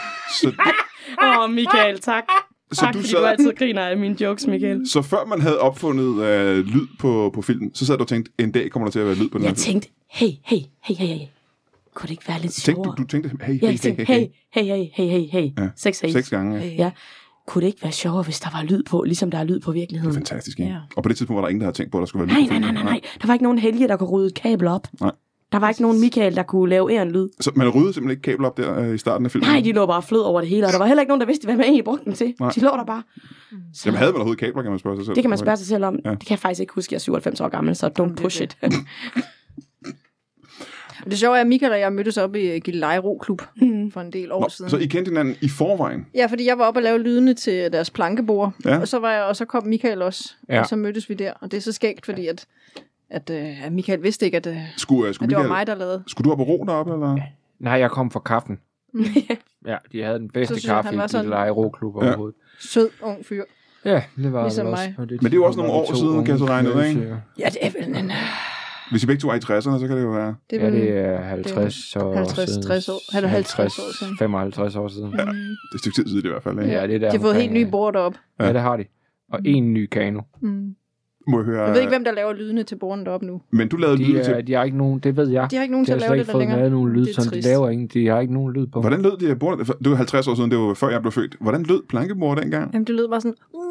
Speaker 4: Michael, tak. Så tak, fordi du altid griner af mine jokes, Michael.
Speaker 1: Så før man havde opfundet lyd på filmen, så sad du og tænkte, en dag kommer der til at være lyd på den her film?
Speaker 4: Jeg tænkte, hey. Kunne det ikke være lidt sjovere?
Speaker 1: Du tænkte, hey.
Speaker 4: Ja. 6
Speaker 1: gange,
Speaker 4: ja. Kunne det ikke være sjovere, hvis der var lyd på, ligesom der er lyd på virkeligheden?
Speaker 1: Fantastisk, ikke? Ja. Og på det tidspunkt var der ingen, der havde tænkt på, at der skulle være lyd på.
Speaker 4: Nej. Der var ikke nogen Helge, der kunne rydde et kabel op.
Speaker 1: Nej.
Speaker 4: Der var ikke nogen Michael, der kunne lave lyd.
Speaker 1: Så man ryddede simpelthen ikke kabler op der i starten af filmen?
Speaker 4: Nej, de lå bare flød over det hele, og der var heller ikke nogen, der vidste, hvad man egentlig brugte dem til. Nej. De lå der bare.
Speaker 1: Så... Jamen havde man overhovedet kabler, kan man spørge sig selv?
Speaker 4: Det kan man spørge sig selv om. Ja. Det kan jeg faktisk ikke huske, jeg er 97 år gammel, så don't push it.
Speaker 3: Det sjove er, at Michael og jeg mødtes op i Gilleleje Roklub for en del år siden.
Speaker 1: Så I kendte hinanden i forvejen?
Speaker 3: Ja, fordi jeg var oppe og lave lydene til deres plankebord, og så kom Michael også, og så mødtes vi der. Og det er så skægt, fordi at Michael vidste ikke, at det var mig, der lavede.
Speaker 1: Skulle du op og ro deroppe, eller?
Speaker 2: Nej, jeg kom fra kaffen. Ja, de havde den bedste kaffe i Gilleleje Roklub overhovedet.
Speaker 3: Sød, ung fyr.
Speaker 2: Ja, det var
Speaker 3: ligesom
Speaker 2: det
Speaker 3: mig.
Speaker 2: også.
Speaker 1: Men det er jo også nogle år siden, kan jeg så regne ud, ikke?
Speaker 3: Ja, det er vel en...
Speaker 1: Hvis I begge to er i 60'erne, så kan det jo være...
Speaker 2: Det er 50 år
Speaker 3: 50 år. 50 år siden.
Speaker 2: 55 år siden.
Speaker 1: Ja, det er et stykke tid siden i hvert fald, ikke?
Speaker 2: Ja, det er der.
Speaker 3: De har fået helt nye bord deroppe.
Speaker 2: Ja, det har de. Og en ny kano.
Speaker 1: Må jeg høre...
Speaker 3: Jeg ved ikke, hvem der laver lydene til bordene deroppe nu.
Speaker 1: Men du lavede lyden til...
Speaker 2: De har ikke nogen, det ved jeg.
Speaker 3: De har ikke nogen til at lave det der længere.
Speaker 2: De har nogen lyd, som de laver ikke. De har ikke nogen lyd på.
Speaker 1: Hvordan lød de her bord? Det var 50 år siden, det var før jeg blev født. Hvordan lød plankebord dengang?
Speaker 3: Jamen, det lød bare sådan...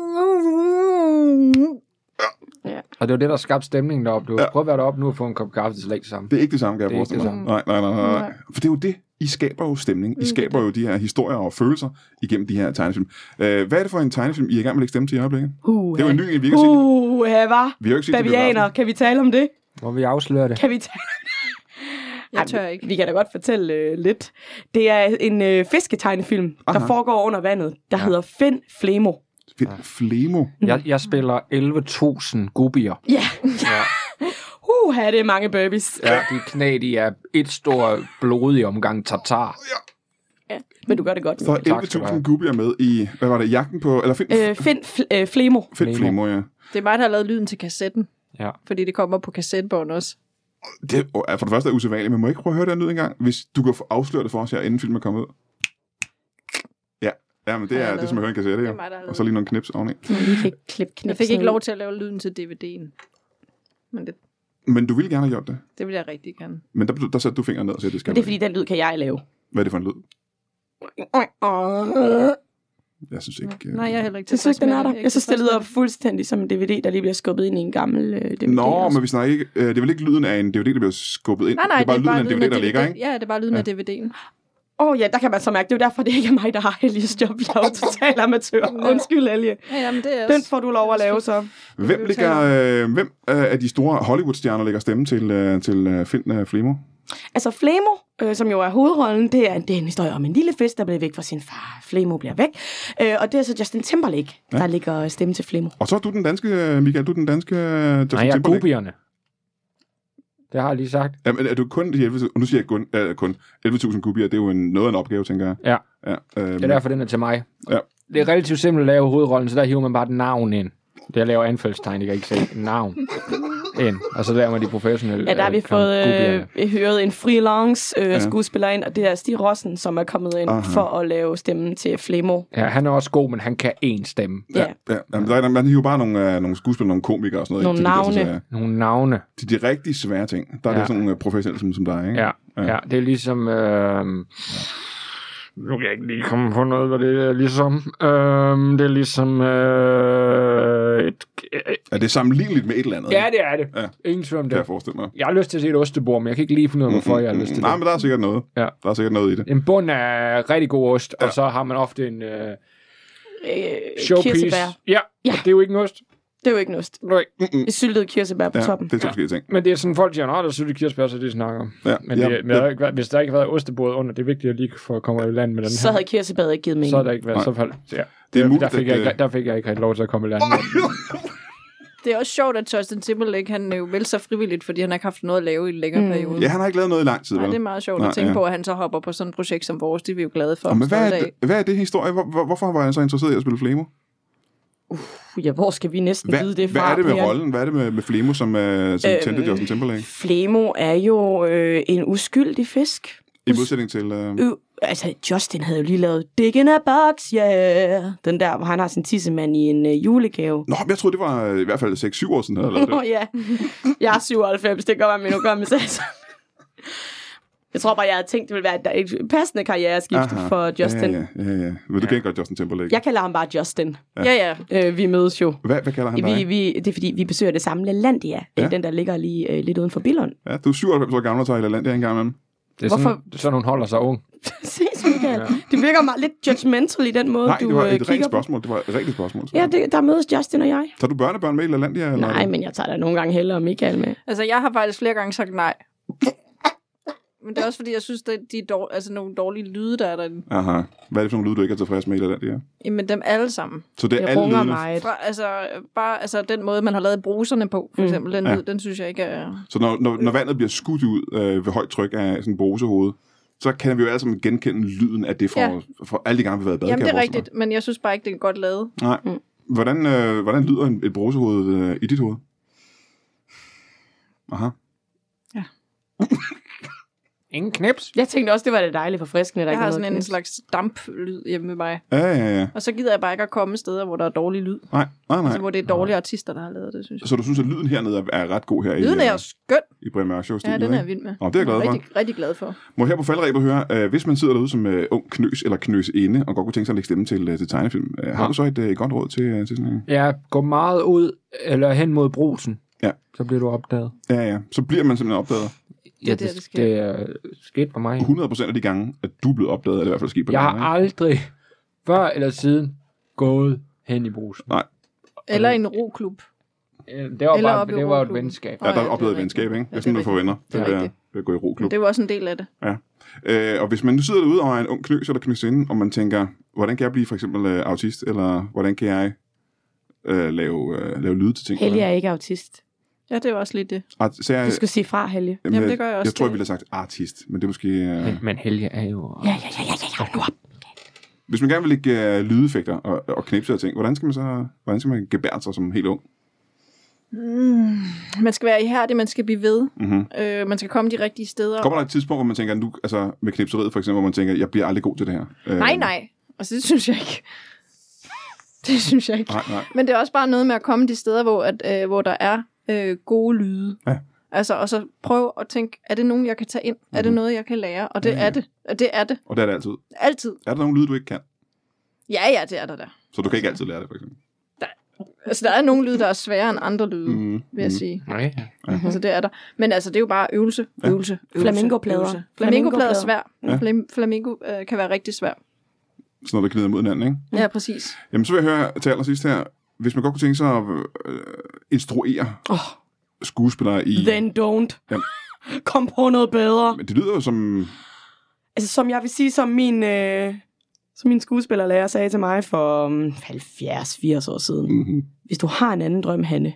Speaker 2: Ja. Og det var det, der skabte stemningen deroppe. Du prøv at være deroppe nu og få en kop kaffe, det er slet ikke det samme.
Speaker 1: Det er ikke det samme, kan jeg forestille mig. Nej. For det er jo det. I skaber jo stemning. I skaber jo de her historier og følelser igennem de her tegnefilm. Hvad er det for en tegnefilm, I er i gang med at lægge stemme til i øjeblikket? Det er jo en ny, vi ikke har set. Vi har jo ikke set
Speaker 4: Bavianer, kan vi tale om det?
Speaker 2: Må vi afsløre det?
Speaker 4: Kan vi tale om det?
Speaker 3: Jeg tør ikke.
Speaker 4: Vi kan da godt fortælle lidt. Det er en fisketegnefilm, der foregår under vandet, der hedder Find Flemo.
Speaker 1: Flemo?
Speaker 2: Jeg spiller 11.000 gubier.
Speaker 4: Ja. Det er mange burpees.
Speaker 2: Ja, de knæ, de er et stort blodig omgang tartar.
Speaker 4: Ja, men du gør det godt.
Speaker 1: Så er 11.000 gubier med i, hvad var det, jagten på, eller
Speaker 4: Find Flemo.
Speaker 1: Find Flemo, ja.
Speaker 3: Det er mig, der har lavet lyden til kassetten.
Speaker 2: Ja.
Speaker 3: Fordi det kommer på kassettebånd også.
Speaker 1: Det er for det første usædvanligt, men må jeg ikke prøve at høre den lyd engang, hvis du kan afsløre det for os her, inden filmen er kommet ud? Ja, men det er som at høre en kassette, jo. Og så lige nogle knips oveni.
Speaker 3: Jeg fik ikke lov til at lave lyden til DVD'en.
Speaker 1: Men du ville gerne have gjort det?
Speaker 3: Det ville jeg rigtig gerne.
Speaker 1: Men der satte du fingeren ned og sagde, det skal
Speaker 4: det er fordi, den lyd kan jeg lave.
Speaker 1: Hvad er det for en lyd? Jeg synes ikke...
Speaker 3: Nej, jeg er heller ikke
Speaker 4: tilfreds med det. Jeg synes, det lyder fuldstændig som en DVD, der lige bliver skubbet ind i en gammel DVD.
Speaker 1: Nå, også. Men vi snakker ikke... det er vel ikke lyden af en DVD, der bliver skubbet ind?
Speaker 3: Nej,
Speaker 1: det er bare lyden af en DVD, der ligger, ikke?
Speaker 3: Ja, det er bare lyden af DVD'en.
Speaker 4: Ja, der kan man så mærke, det er jo derfor, det ikke er mig, der har Elias job. Jeg er jo total amatør. Undskyld, Ellie.
Speaker 3: Ja, men det er
Speaker 4: den får du lov at lave, så.
Speaker 1: Hvem af de store Hollywood-stjerner lægger stemme til Find Flemo?
Speaker 4: Altså Flemo, som jo er hovedrollen, det er en historie om en lille fisk, der bliver væk fra sin far. Flemo bliver væk. Og det er så Justin Timberlake, der lægger stemme til Flemo.
Speaker 1: Og så er du den danske, Michael, Justin Timberlake?
Speaker 2: Nej, jeg er gubierne. Det har jeg lige sagt.
Speaker 1: Jamen, er du kun de 11.000, og nu siger jeg kun 11.000 gubier, det er jo noget af en opgave, tænker jeg.
Speaker 2: Ja, det er derfor, den er til mig.
Speaker 1: Ja.
Speaker 2: Det er relativt simpelt at lave hovedrollen, så der hiver man bare et navn ind. Det jeg laver anfaldstegn, jeg kan ikke se navn ind, og så laver man de professionelle.
Speaker 4: Ja, der har vi fået hørt en freelance skuespiller ind, og det er Stig Rossen, som er kommet ind for at lave stemmen til Flemo.
Speaker 2: Ja, han er også god, men han kan én stemme.
Speaker 1: Ja. Jamen, man hiver bare nogle skuespillere, nogle komikere og sådan noget.
Speaker 2: Nogle navne.
Speaker 1: Til de rigtig svære ting. Der er det sådan nogle professionelle som dig, ikke?
Speaker 2: Ja, det er ligesom... Nu kan jeg ikke lige komme på noget, hvad det er ligesom. Det er ligesom
Speaker 1: Er det sammenligneligt med et eller andet?
Speaker 2: Ja, det er det. Ja. Ingen tvivl om det.
Speaker 1: Kan jeg forestille mig.
Speaker 2: Jeg har lyst til at se et ostebord, men jeg kan ikke lige finde ud af, hvorfor jeg har lyst til det.
Speaker 1: Nej, men der er sikkert noget.
Speaker 2: Ja.
Speaker 1: Der er sikkert noget i det.
Speaker 2: En bund er rigtig god ost, og så har man ofte en showpiece.
Speaker 4: Kirsebær.
Speaker 2: Ja, det er jo ikke en ost.
Speaker 4: Det er jo ikke en ost. Et syltet kirsebær på toppen.
Speaker 1: Det er to forskellige ting.
Speaker 2: Men det er sådan, folk siger, der er syltet kirsebær, så det snakker om. Ja. Men hvis der ikke havde været ostebord under, det er vigtigt at lige få komme i land med den her.
Speaker 4: Så havde kirsebæret ikke givet mening.
Speaker 2: Så havde der ikke været så fald. Ja.
Speaker 1: Det er muligt,
Speaker 2: der fik jeg ikke lov til at komme i land.
Speaker 3: Det er også sjovt, at Justin Timberlake, han jo vel så frivilligt, fordi han har ikke haft noget at lave i en længere periode.
Speaker 1: Ja, han har ikke lavet noget i lang tid.
Speaker 3: Nej, det er meget sjovt at tænke på, at han så hopper på sådan et projekt som vores. Det er vi jo glade for.
Speaker 1: Men hvad er det historie? Hvorfor var han så interesseret i at spille Flemo?
Speaker 4: Ja, hvor skal vi næsten vide det fra?
Speaker 1: Hvad er det med rollen? Hvad er det med Flemo, som tændte Justin Timberlake?
Speaker 4: Flemo er jo en uskyldig fisk.
Speaker 1: I modsætning til...
Speaker 4: Altså, Justin havde jo lige lavet Dick in a Box, yeah. Den der, hvor han har sin tissemand i en julegave.
Speaker 1: Nå, jeg troede, det var i hvert fald 6-7 år siden, han havde lavet det.
Speaker 4: Ja, jeg er 97, det gør man min hukommelse. Jeg tror bare, jeg havde tænkt, det ville være et passende karriereskifte for Justin.
Speaker 1: Ja. Men du kan ikke godt Justin Timberlake.
Speaker 4: Jeg kalder ham bare Justin.
Speaker 3: Ja.
Speaker 4: Vi mødes jo.
Speaker 1: Hvad kalder han dig?
Speaker 4: Det er fordi, vi besøger det samme LaLandia. Ja. Den, der ligger lige lidt uden for Billund.
Speaker 1: Ja, du er 97 år gammel og tager i LaLandia en gang imellem.
Speaker 2: Det er sådan, sådan hun holder sig ung.
Speaker 4: Ses, Michael. Det virker meget lidt judgmental i den måde,
Speaker 1: nej,
Speaker 4: du
Speaker 1: det var et rigtigt
Speaker 4: spørgsmål.
Speaker 1: Det var et rigtigt spørgsmål.
Speaker 4: Ja, der mødes Justin og jeg.
Speaker 1: Tager du børnebørn med i LaLandia? Eller?
Speaker 4: Nej, men jeg tager da nogle gange hellere Michael med.
Speaker 3: Altså, jeg har faktisk flere gange sagt nej. Men det er også fordi, jeg synes, at de er nogle dårlige lyde, der er derinde.
Speaker 1: Aha. Hvad er det for nogle lyde, du ikke er tilfreds med i LaLandia?
Speaker 3: Jamen, dem alle sammen.
Speaker 1: Så det er alle lydene?
Speaker 3: Bare den måde, man har lavet bruserne på, for eksempel, den lyd, den synes jeg ikke er...
Speaker 1: Så når vandet bliver skudt ud ved højt tryk af sådan en brusehoved, så kan vi jo alle sammen genkende lyden af det for alle de gange, vi har været i badekar.
Speaker 3: Jamen, det er rigtigt, men jeg synes bare ikke, det er godt lavet.
Speaker 1: Nej. Hvordan lyder et brusehoved i dit hoved? Aha.
Speaker 3: Ja.
Speaker 2: Ingen knips.
Speaker 4: Jeg tænkte også, det var det dejligt forfriskende.
Speaker 3: Jeg har sådan en slags damplyd hjemme med mig.
Speaker 1: Ja.
Speaker 3: Og så gider jeg bare ikke at komme steder, hvor der er dårlig lyd.
Speaker 1: Nej.
Speaker 3: Altså, hvor det er dårlige artister, der har lavet det, synes jeg.
Speaker 1: Så du synes, at lyden hernede er ret god her?
Speaker 3: Lyden er skøn.
Speaker 1: I Brian Mørk Show.
Speaker 3: Ja, den er jeg vild med.
Speaker 1: Det er jeg glad for.
Speaker 3: Rigtig glad for.
Speaker 1: Må jeg her på faldrebet høre, hvis man sidder derude som ung knøs eller knøsinde, og godt kunne tænke sig at lægge stemme til tegnefilm, har du så et godt råd til sådan en?
Speaker 2: Ja, gå meget ud, eller hen mod brusen.
Speaker 1: Ja.
Speaker 2: Så bliver du opdaget.
Speaker 1: Ja. Så bliver man simpelthen opdaget.
Speaker 2: Ja, det er sket for mig.
Speaker 1: 100% af de gange, at du er blevet opdaget, er det i hvert fald sket på
Speaker 2: jeg har aldrig, før eller siden, gået hen i brusen.
Speaker 1: Nej.
Speaker 3: Eller en roklub.
Speaker 2: Det var et venskab.
Speaker 1: Ja, der er oplevet et venskab, ikke? Det er sådan, du får venner. Det vil gå i roklub.
Speaker 3: Det var også en del af det.
Speaker 1: Ja. Og hvis man nu sidder derude og er en ung knøs eller knøsinde, og man tænker, hvordan kan jeg blive for eksempel autist, eller hvordan kan jeg lave lyde til ting?
Speaker 4: Helge er ikke autist.
Speaker 3: Ja, det er også lidt det.
Speaker 4: Du skal sige fra, Helge.
Speaker 3: Jamen, det gør jeg også.
Speaker 1: Jeg tror, jeg ville have sagt artist, men det er måske...
Speaker 2: Men Helge er jo...
Speaker 4: Ja, nu op.
Speaker 1: Hvis man gerne vil lægge lydeffekter og knipse og ting, hvordan skal man gebære sig som helt ung?
Speaker 3: Man skal være ihærdig, man skal blive ved. Man skal komme de rigtige steder.
Speaker 1: Kommer der et tidspunkt, hvor man tænker, nu, altså med knipseriet for eksempel, hvor man tænker, jeg bliver aldrig god til det her?
Speaker 3: Nej. Altså, det synes jeg ikke. Det synes jeg ikke.
Speaker 1: Nej.
Speaker 3: Men det er også bare noget med at komme de steder, hvor der er gode lyde.
Speaker 1: Ja.
Speaker 3: Altså, og så prøv at tænke, er det nogen, jeg kan tage ind? Er det noget, jeg kan lære? Og det er det. Det er det.
Speaker 1: Og det er det altid?
Speaker 3: Altid.
Speaker 1: Er der nogle lyde, du ikke kan?
Speaker 3: Ja, det er der.
Speaker 1: Så du kan ikke altid lære det, for eksempel?
Speaker 3: Der er nogle lyde, der er sværere end andre lyde, vil jeg sige.
Speaker 2: Nej.
Speaker 3: Altså, det er der. Men altså, det er jo bare øvelse.
Speaker 4: Flamingoplader.
Speaker 3: Flamingoplader er svær. Flamingo kan være rigtig svær.
Speaker 1: Sådan noget, der glider mod hinanden, ikke?
Speaker 3: Ja, præcis.
Speaker 1: Jamen, så vil jeg høre til allersidst her, hvis man godt kunne tænke sig at instruere skuespillere i...
Speaker 4: Then don't. Ja. Kom på noget bedre.
Speaker 1: Men det lyder jo som...
Speaker 4: Altså, som jeg vil sige, som min skuespillerlærer sagde til mig for 70-80 år siden. Hvis du har en anden drøm, Hanne,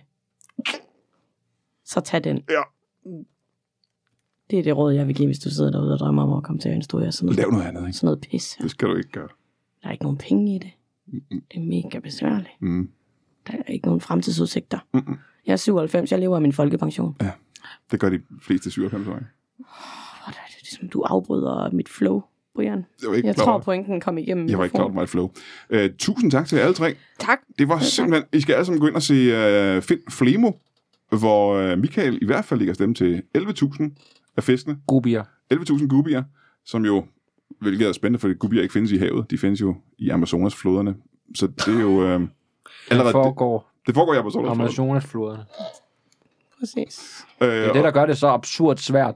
Speaker 4: så tag den.
Speaker 1: Ja.
Speaker 4: Det er det råd, jeg vil give, hvis du sidder derude og drømmer om at komme til at instruere sådan noget.
Speaker 1: Lav noget andet, ikke?
Speaker 4: Sådan noget pis.
Speaker 1: Det skal du ikke gøre.
Speaker 4: Der er ikke nogen penge i det. Det er mega besværligt. Der er ikke nogen fremtidsudsigter. Jeg er 97, jeg lever af min folkepension.
Speaker 1: Ja, det gør de fleste 97-årige.
Speaker 4: Det er ligesom, du afbryder mit flow, Brian. Jeg tror, pointen kom igennem.
Speaker 1: Jeg var ikke klar over flow. Tusind tak til alle tre.
Speaker 3: Tak.
Speaker 1: Det var simpelthen... I skal alle sammen gå ind og se Find Flemo, hvor Michael i hvert fald ligger stemme til 11.000 af fiskene.
Speaker 2: Gubier.
Speaker 1: 11.000 gubier, som jo... Hvilket er spændende, fordi gubier ikke findes i havet. De findes jo i Amazonas-floderne. Så det er jo... allerede, det foregår i
Speaker 2: Amazonas-floderne.
Speaker 4: Præcis.
Speaker 2: Det er det, der gør det så absurd svært.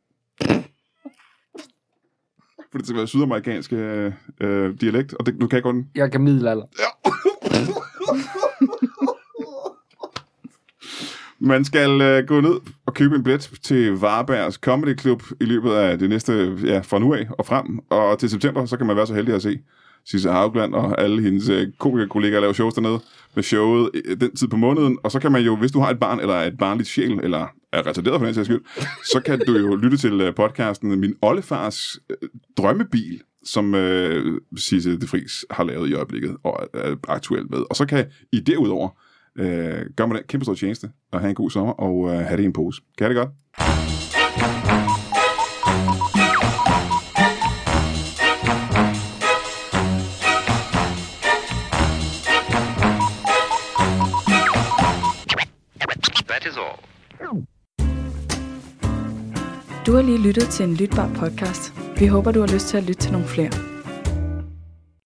Speaker 1: Fordi det skal være sydamerikansk dialekt, og det, du kan kun...
Speaker 2: Jeg kan middelalder.
Speaker 1: Ja. Man skal gå ned og købe en billet til Varbergs Comedy Club i løbet af det næste, fra nu af og frem. Og til september, så kan man være så heldig at se Sisse Haugland og alle hendes komikerkollegaer lave shows dernede med showet den tid på måneden. Og så kan man jo, hvis du har et barn eller et barnligt sjæl, eller er retarderet for den sags skyld, så kan du jo lytte til podcasten Min Oldefars Drømmebil, som Sisse de Vries har lavet i øjeblikket og er aktuelt med. Og så kan I derudover gøre mig den kæmpe stor tjeneste og have en god sommer og have det i en pose. Kan I det godt?
Speaker 5: That is all. Du har lige lyttet til en lytbar podcast. Vi håber, du har lyst til at lytte til nogle flere.